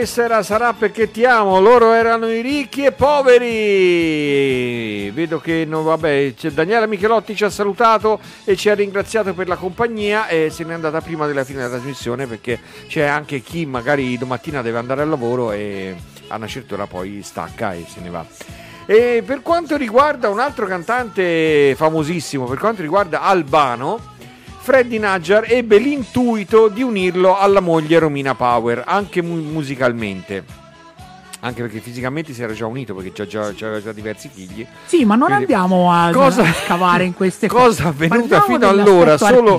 questa era Sarà perché ti amo. Loro erano i ricchi e poveri. Vedo che Daniela Michelotti ci ha salutato e ci ha ringraziato per la compagnia e se n'è andata prima della fine della trasmissione, perché c'è anche chi magari domattina deve andare al lavoro e a una certa ora poi stacca e se ne va. E per quanto riguarda un altro cantante famosissimo, per quanto riguarda Albano, Freddie Nadjar ebbe l'intuito di unirlo alla moglie Romina Power, anche musicalmente, anche perché fisicamente si era già unito, perché c'aveva già diversi figli. Sì, ma non andiamo a scavare in queste cose. Cosa avvenuta fino allora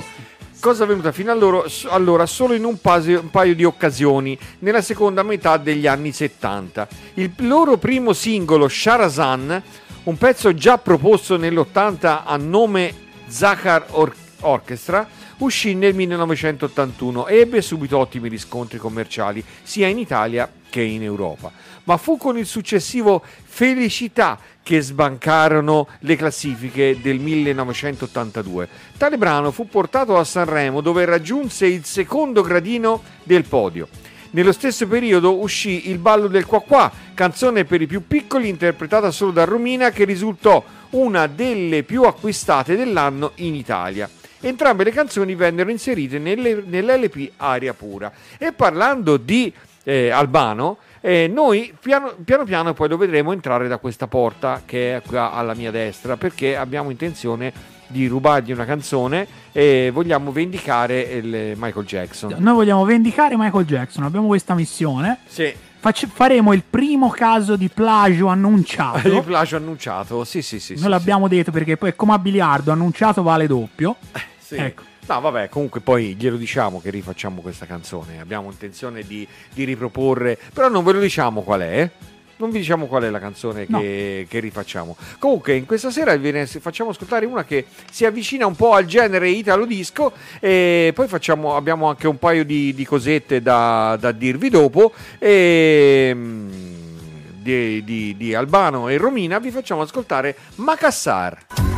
solo in un paio di occasioni nella seconda metà degli anni 70. Il loro primo singolo, Sharazan, un pezzo già proposto nell'80 a nome Zahar Orchestra, uscì nel 1981 e ebbe subito ottimi riscontri commerciali sia in Italia che in Europa, ma fu con il successivo Felicità che sbancarono le classifiche del 1982. Tale brano fu portato a Sanremo, dove raggiunse il secondo gradino del podio. Nello stesso periodo uscì Il ballo del qua qua, canzone per i più piccoli interpretata solo da Romina, che risultò una delle più acquistate dell'anno in Italia. Entrambe le canzoni vennero inserite nell'LP Aria Pura. E parlando di Albano, noi piano piano poi lo vedremo entrare da questa porta che è qua alla mia destra, perché abbiamo intenzione di rubargli una canzone e vogliamo vendicare Michael Jackson. Noi vogliamo vendicare Michael Jackson, abbiamo questa missione. Sì. Faremo il primo caso di plagio annunciato. Di plagio annunciato, sì. Noi l'abbiamo detto, perché poi è come a biliardo, annunciato vale doppio. Sì. Ecco. No, vabbè, comunque poi glielo diciamo che rifacciamo questa canzone. Abbiamo intenzione di riproporre, però non ve lo diciamo qual è. Non vi diciamo qual è la canzone che rifacciamo. Comunque in questa sera facciamo ascoltare una che si avvicina un po' al genere italo disco, e poi abbiamo anche un paio di cosette da dirvi dopo, e di Albano e Romina vi facciamo ascoltare Macassar.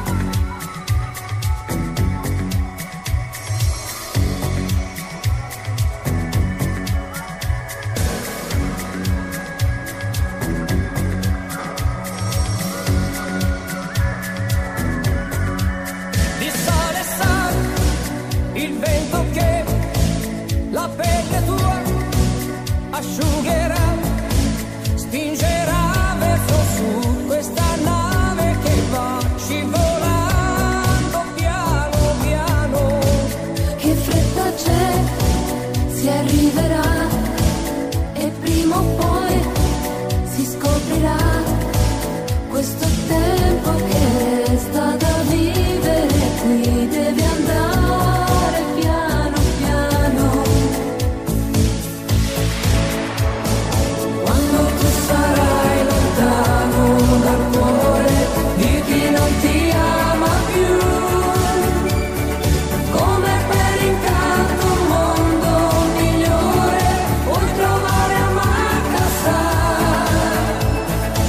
Asciugherà, spingerà verso su questa nave che va scivolando piano piano. Che fretta c'è, si arriverà e prima o poi si scoprirà questo tempo che resta da vivere qui deve andare piano piano. Sarai lontano dal cuore di chi non ti ama più, come per incanto un mondo migliore puoi trovare a Macassar.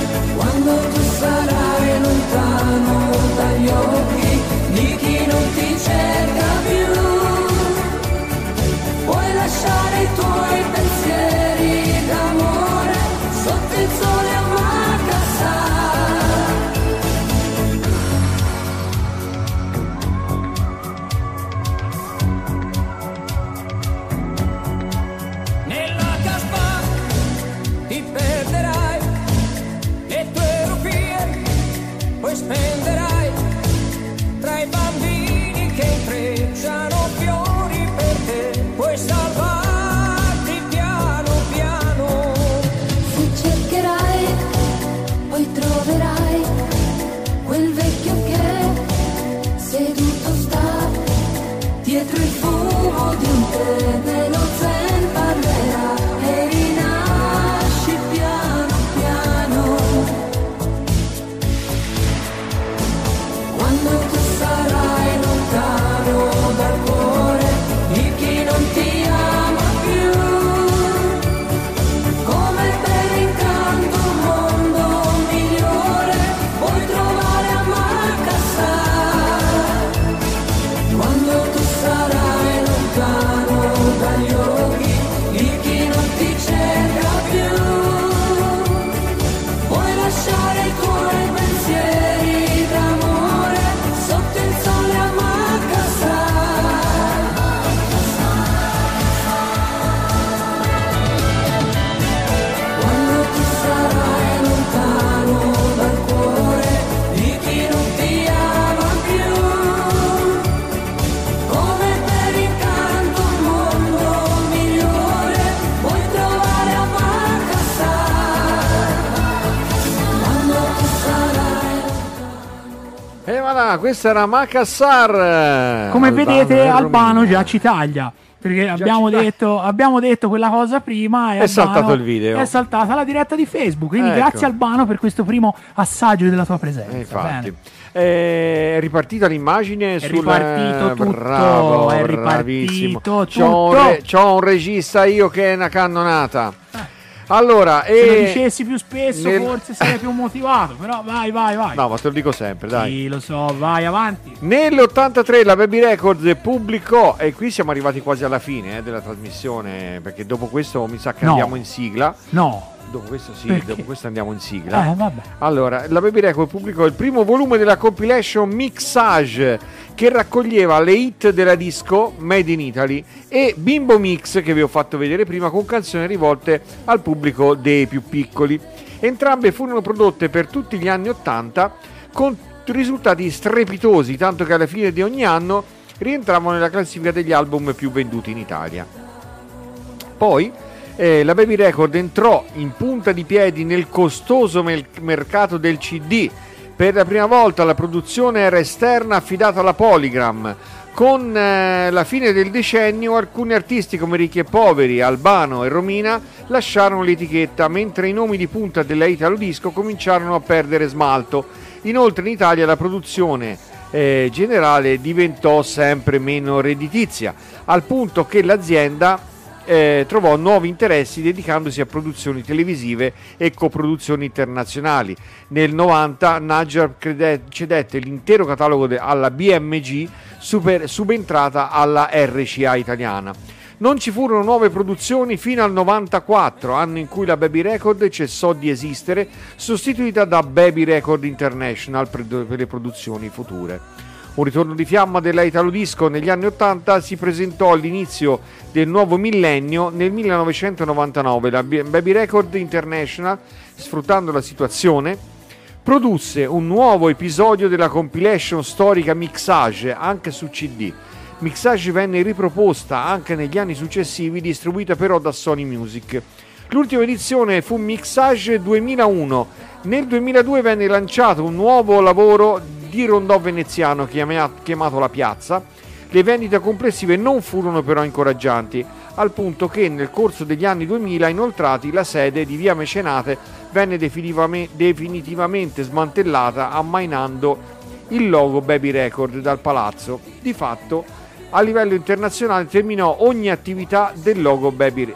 Voilà, questa era Macassar. Come vedete, e Albano Romina. già ci taglia. Perché abbiamo detto quella cosa prima e È saltato il video. È saltata la diretta di Facebook. Quindi Ecco. grazie Albano per questo primo assaggio della tua presenza. Infatti. Bene. È ripartita l'immagine È ripartito tutto, bravo, è bravissimo. ripartito C'ho tutto. un regista io che è una cannonata. Allora, Se lo dicessi più spesso forse sarei più motivato. Però vai. No, ma te lo dico sempre, dai. Sì, lo so, vai avanti. Nell'83 la Baby Records pubblicò, e qui siamo arrivati quasi alla fine della trasmissione, perché dopo questo mi sa che No. andiamo in sigla. No. Dopo questo sì, Perché? dopo questo andiamo in sigla. Vabbè. Allora, la Baby Records pubblicò il primo volume della compilation Mixage, che raccoglieva le hit della disco Made in Italy e Bimbo Mix, che vi ho fatto vedere prima, con canzoni rivolte al pubblico dei più piccoli. Entrambe furono prodotte per tutti gli anni 80 con risultati strepitosi, tanto che alla fine di ogni anno rientravano nella classifica degli album più venduti in Italia. Poi la Baby Record entrò in punta di piedi nel costoso mercato del CD. Per la prima volta la produzione era esterna, affidata alla Polygram. Con la fine del decennio alcuni artisti come Ricchi e Poveri, Albano e Romina lasciarono l'etichetta, mentre i nomi di punta della Italo Disco cominciarono a perdere smalto. Inoltre in Italia la produzione generale diventò sempre meno redditizia, al punto che l'azienda trovò nuovi interessi dedicandosi a produzioni televisive e coproduzioni internazionali. Nel 90 Naggia cedette l'intero catalogo alla BMG, subentrata alla RCA italiana. Non ci furono nuove produzioni fino al 94, anno in cui la Baby Record cessò di esistere, sostituita da Baby Record International per le produzioni future. Un ritorno di fiamma della Italo Disco negli anni 80 si presentò all'inizio del nuovo millennio. Nel 1999 la Baby Record International, sfruttando la situazione, produsse un nuovo episodio della compilation storica Mixage anche su CD. Mixage venne riproposta anche negli anni successivi, distribuita però da Sony Music. L'ultima edizione fu Mixage 2001. Nel 2002 venne lanciato un nuovo lavoro di rondò veneziano chiamato La Piazza. Le vendite complessive non furono però incoraggianti, al punto che nel corso degli anni 2000 inoltrati la sede di Via Mecenate venne definitivamente smantellata, ammainando il logo Baby Record dal palazzo. Di fatto a livello internazionale terminò ogni attività del logo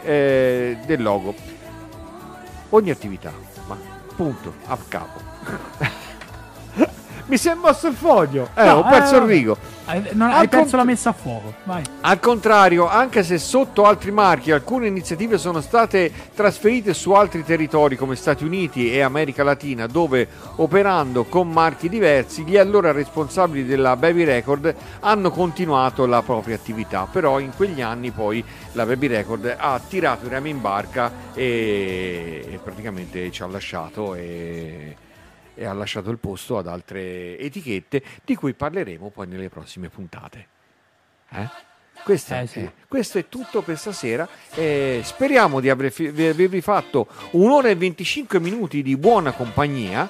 ogni attività, ma punto, a capo. Mi si è mosso il foglio, ho perso il rigo. Hai perso la messa a fuoco. Vai. Al contrario, anche se sotto altri marchi alcune iniziative sono state trasferite su altri territori come Stati Uniti e America Latina, dove operando con marchi diversi gli allora responsabili della Baby Record hanno continuato la propria attività. Però in quegli anni poi la Baby Record ha tirato i remi in barca e praticamente ci ha lasciato e ha lasciato il posto ad altre etichette di cui parleremo poi nelle prossime puntate. Questo è tutto per stasera. Speriamo di avervi fatto un'ora e 25 minuti di buona compagnia.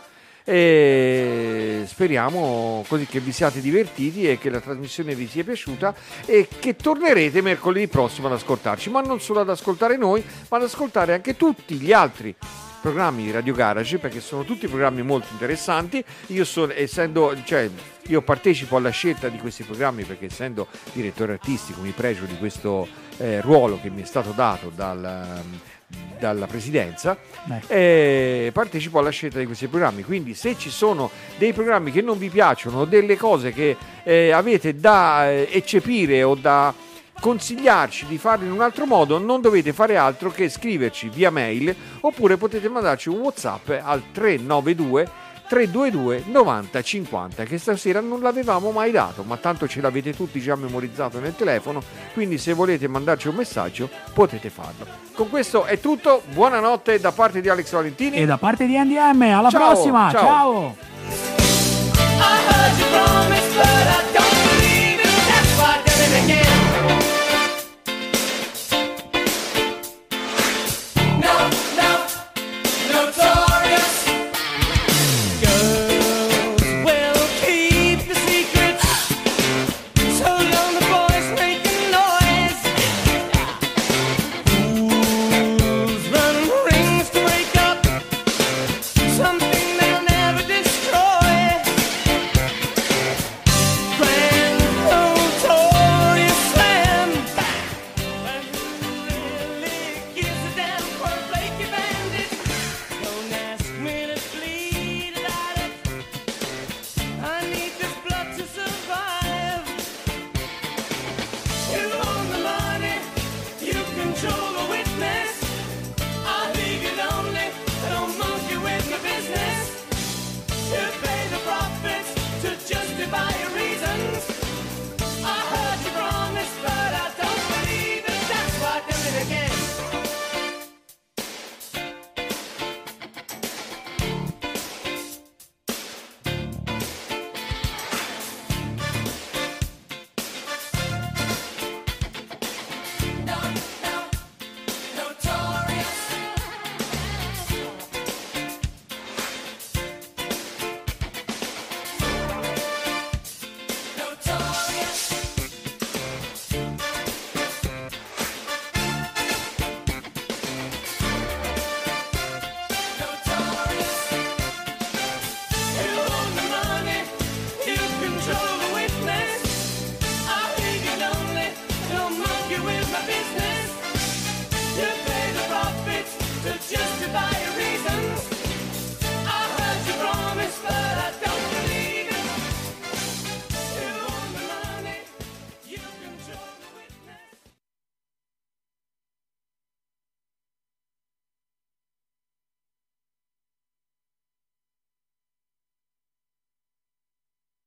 Speriamo così che vi siate divertiti e che la trasmissione vi sia piaciuta e che tornerete mercoledì prossimo ad ascoltarci, ma non solo ad ascoltare noi, ma ad ascoltare anche tutti gli altri programmi di Radio Garage, perché sono tutti programmi molto interessanti. Io partecipo alla scelta di questi programmi perché, essendo direttore artistico, mi pregio di questo ruolo che mi è stato dato dalla presidenza. Partecipo alla scelta di questi programmi, quindi se ci sono dei programmi che non vi piacciono, delle cose che avete da eccepire o da consigliarci di farlo in un altro modo, non dovete fare altro che scriverci via mail, oppure potete mandarci un WhatsApp al 392 322 90 50, che stasera non l'avevamo mai dato, ma tanto ce l'avete tutti già memorizzato nel telefono, quindi se volete mandarci un messaggio potete farlo. Con questo è tutto, buonanotte da parte di Alex Valentini e da parte di NDM, alla prossima, ciao.